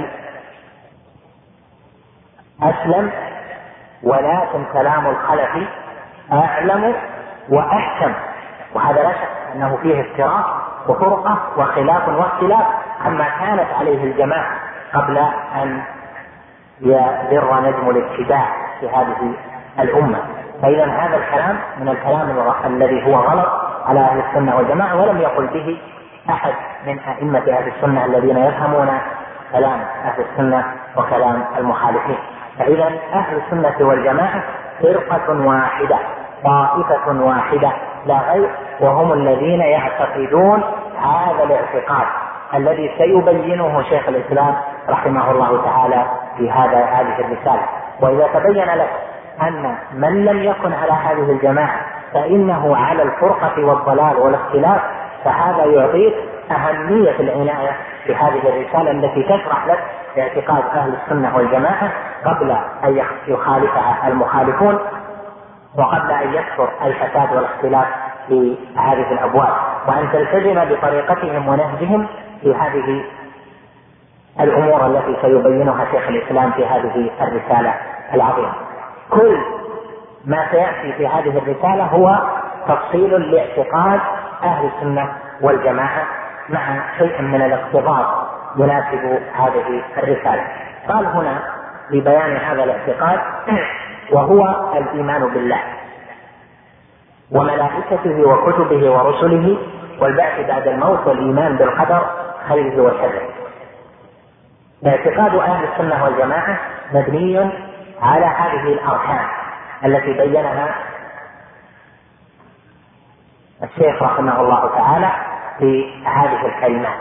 أسلم، ولكن كلام الخلف أعلم وأحكم. وهذا لا شك أنه فيه افتراق وفرقة وخلاف واختلاف عما كانت عليه الجماعة قبل أن يذر نجم الاتباع في هذه الأمة. فإذا هذا الكلام من الكلام الذي هو غلط على أهل السنة والجماعة، ولم يقل به أحد من أئمة أهل السنة الذين يفهمون كلام أهل السنة وكلام المخالفين. فإذا أهل السنة والجماعة فرقة واحدة، طائفة واحدة لا غير، وهم الذين يعتقدون هذا الاعتقاد الذي سيبينه شيخ الإسلام رحمه الله تعالى في هذه الرسالة. وإذا تبين لك أن من لم يكن على هذه الجماعة فإنه على الفرقة والضلال والاختلاف، فهذا يعطيك أهمية العناية بهذه الرسالة التي تشرح لك اعتقاد أهل السنة والجماعة قبل أن يخالفها المخالفون، وقبل أن يكثر الفساد والاختلاف في هذه الأبواب، وأن تلتزم بطريقتهم ونهجهم في هذه الأمور التي سيبينها شيخ الإسلام في هذه الرسالة العظيمة. كل ما سيأتي في هذه الرسالة هو تفصيل لاعتقاد أهل السنة والجماعة مع شيء من الاقتضاب يناسب هذه الرسالة. قال هنا لبيان هذا الاعتقاد: وهو الإيمان بالله وملائكته وكتبه ورسله والبعث بعد الموت والإيمان بالقدر خيره وشره. اعتقاد أهل السنة والجماعة مبني على هذه الأركان التي بينها الشيخ رحمه الله تعالى في هذه الكلمات،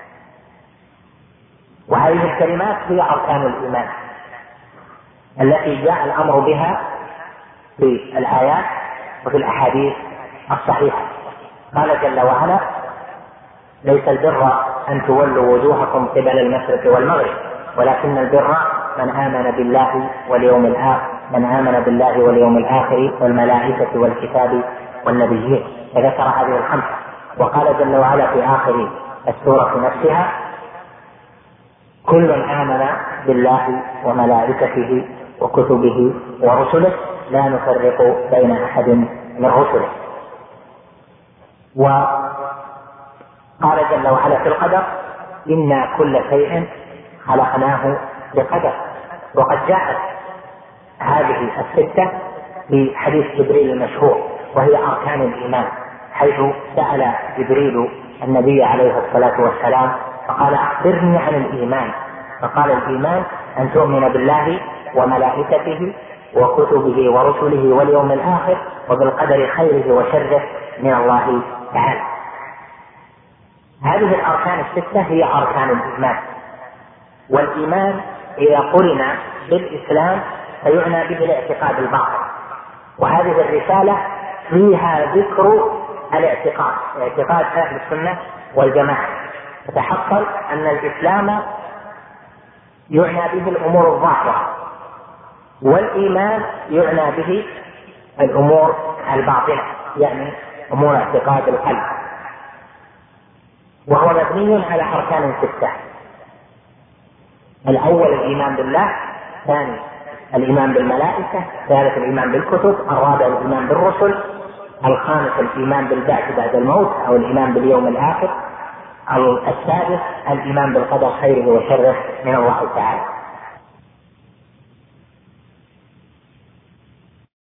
وهذه الكلمات هي أركان الإيمان التي جاء الأمر بها في الآيات وفي الأحاديث الصحيحة. قال جل وعلا: ليس البر أن تولوا وجوهكم قبل المشرق والمغرب ولكن البر من آمن بالله واليوم الآخر والملائكة والكتاب والنبيين. فذكر هذه الخمسة. وقال جل وعلا في آخر السورة نفسها: كل آمن بالله وملائكته وكتبه ورسله لا نفرق بين أحد من رسله. وقال جل وعلا في القدر: إنا كل شيء خلقناه بقدر. وقد جاءت هذه الستة في حديث جبريل المشهور، وهي أركان الإيمان، حيث سأل جبريل النبي عليه الصلاة والسلام فقال: أخبرني عن الإيمان. فقال: الإيمان أن تؤمن بالله وملائكته وكتبه ورسله واليوم الآخر وبالقدر خيره وشره من الله تعالى. هذه الأركان الستة هي أركان الإيمان. والإيمان إذا قرن بالإسلام فيعنى به الاعتقاد الباطن، وهذه الرسالة فيها ذكر الاعتقاد، اعتقاد أهل السنة والجماعة. فتحصل أن الإسلام يعنى به الأمور الظاهرة، والإيمان يعنى به الأمور الباطنة، يعني أمور اعتقاد القلب، وهو مبني على أركان ستة: الأول الإيمان بالله، الثاني الإيمان بالملائكة، الثالث الإيمان بالكتب، الرابع الإيمان بالرسل، الخامس الإيمان بالبعث بعد الموت أو الإيمان باليوم الآخر، السادس الإيمان بالقدر خيره وشره من الله تعالى.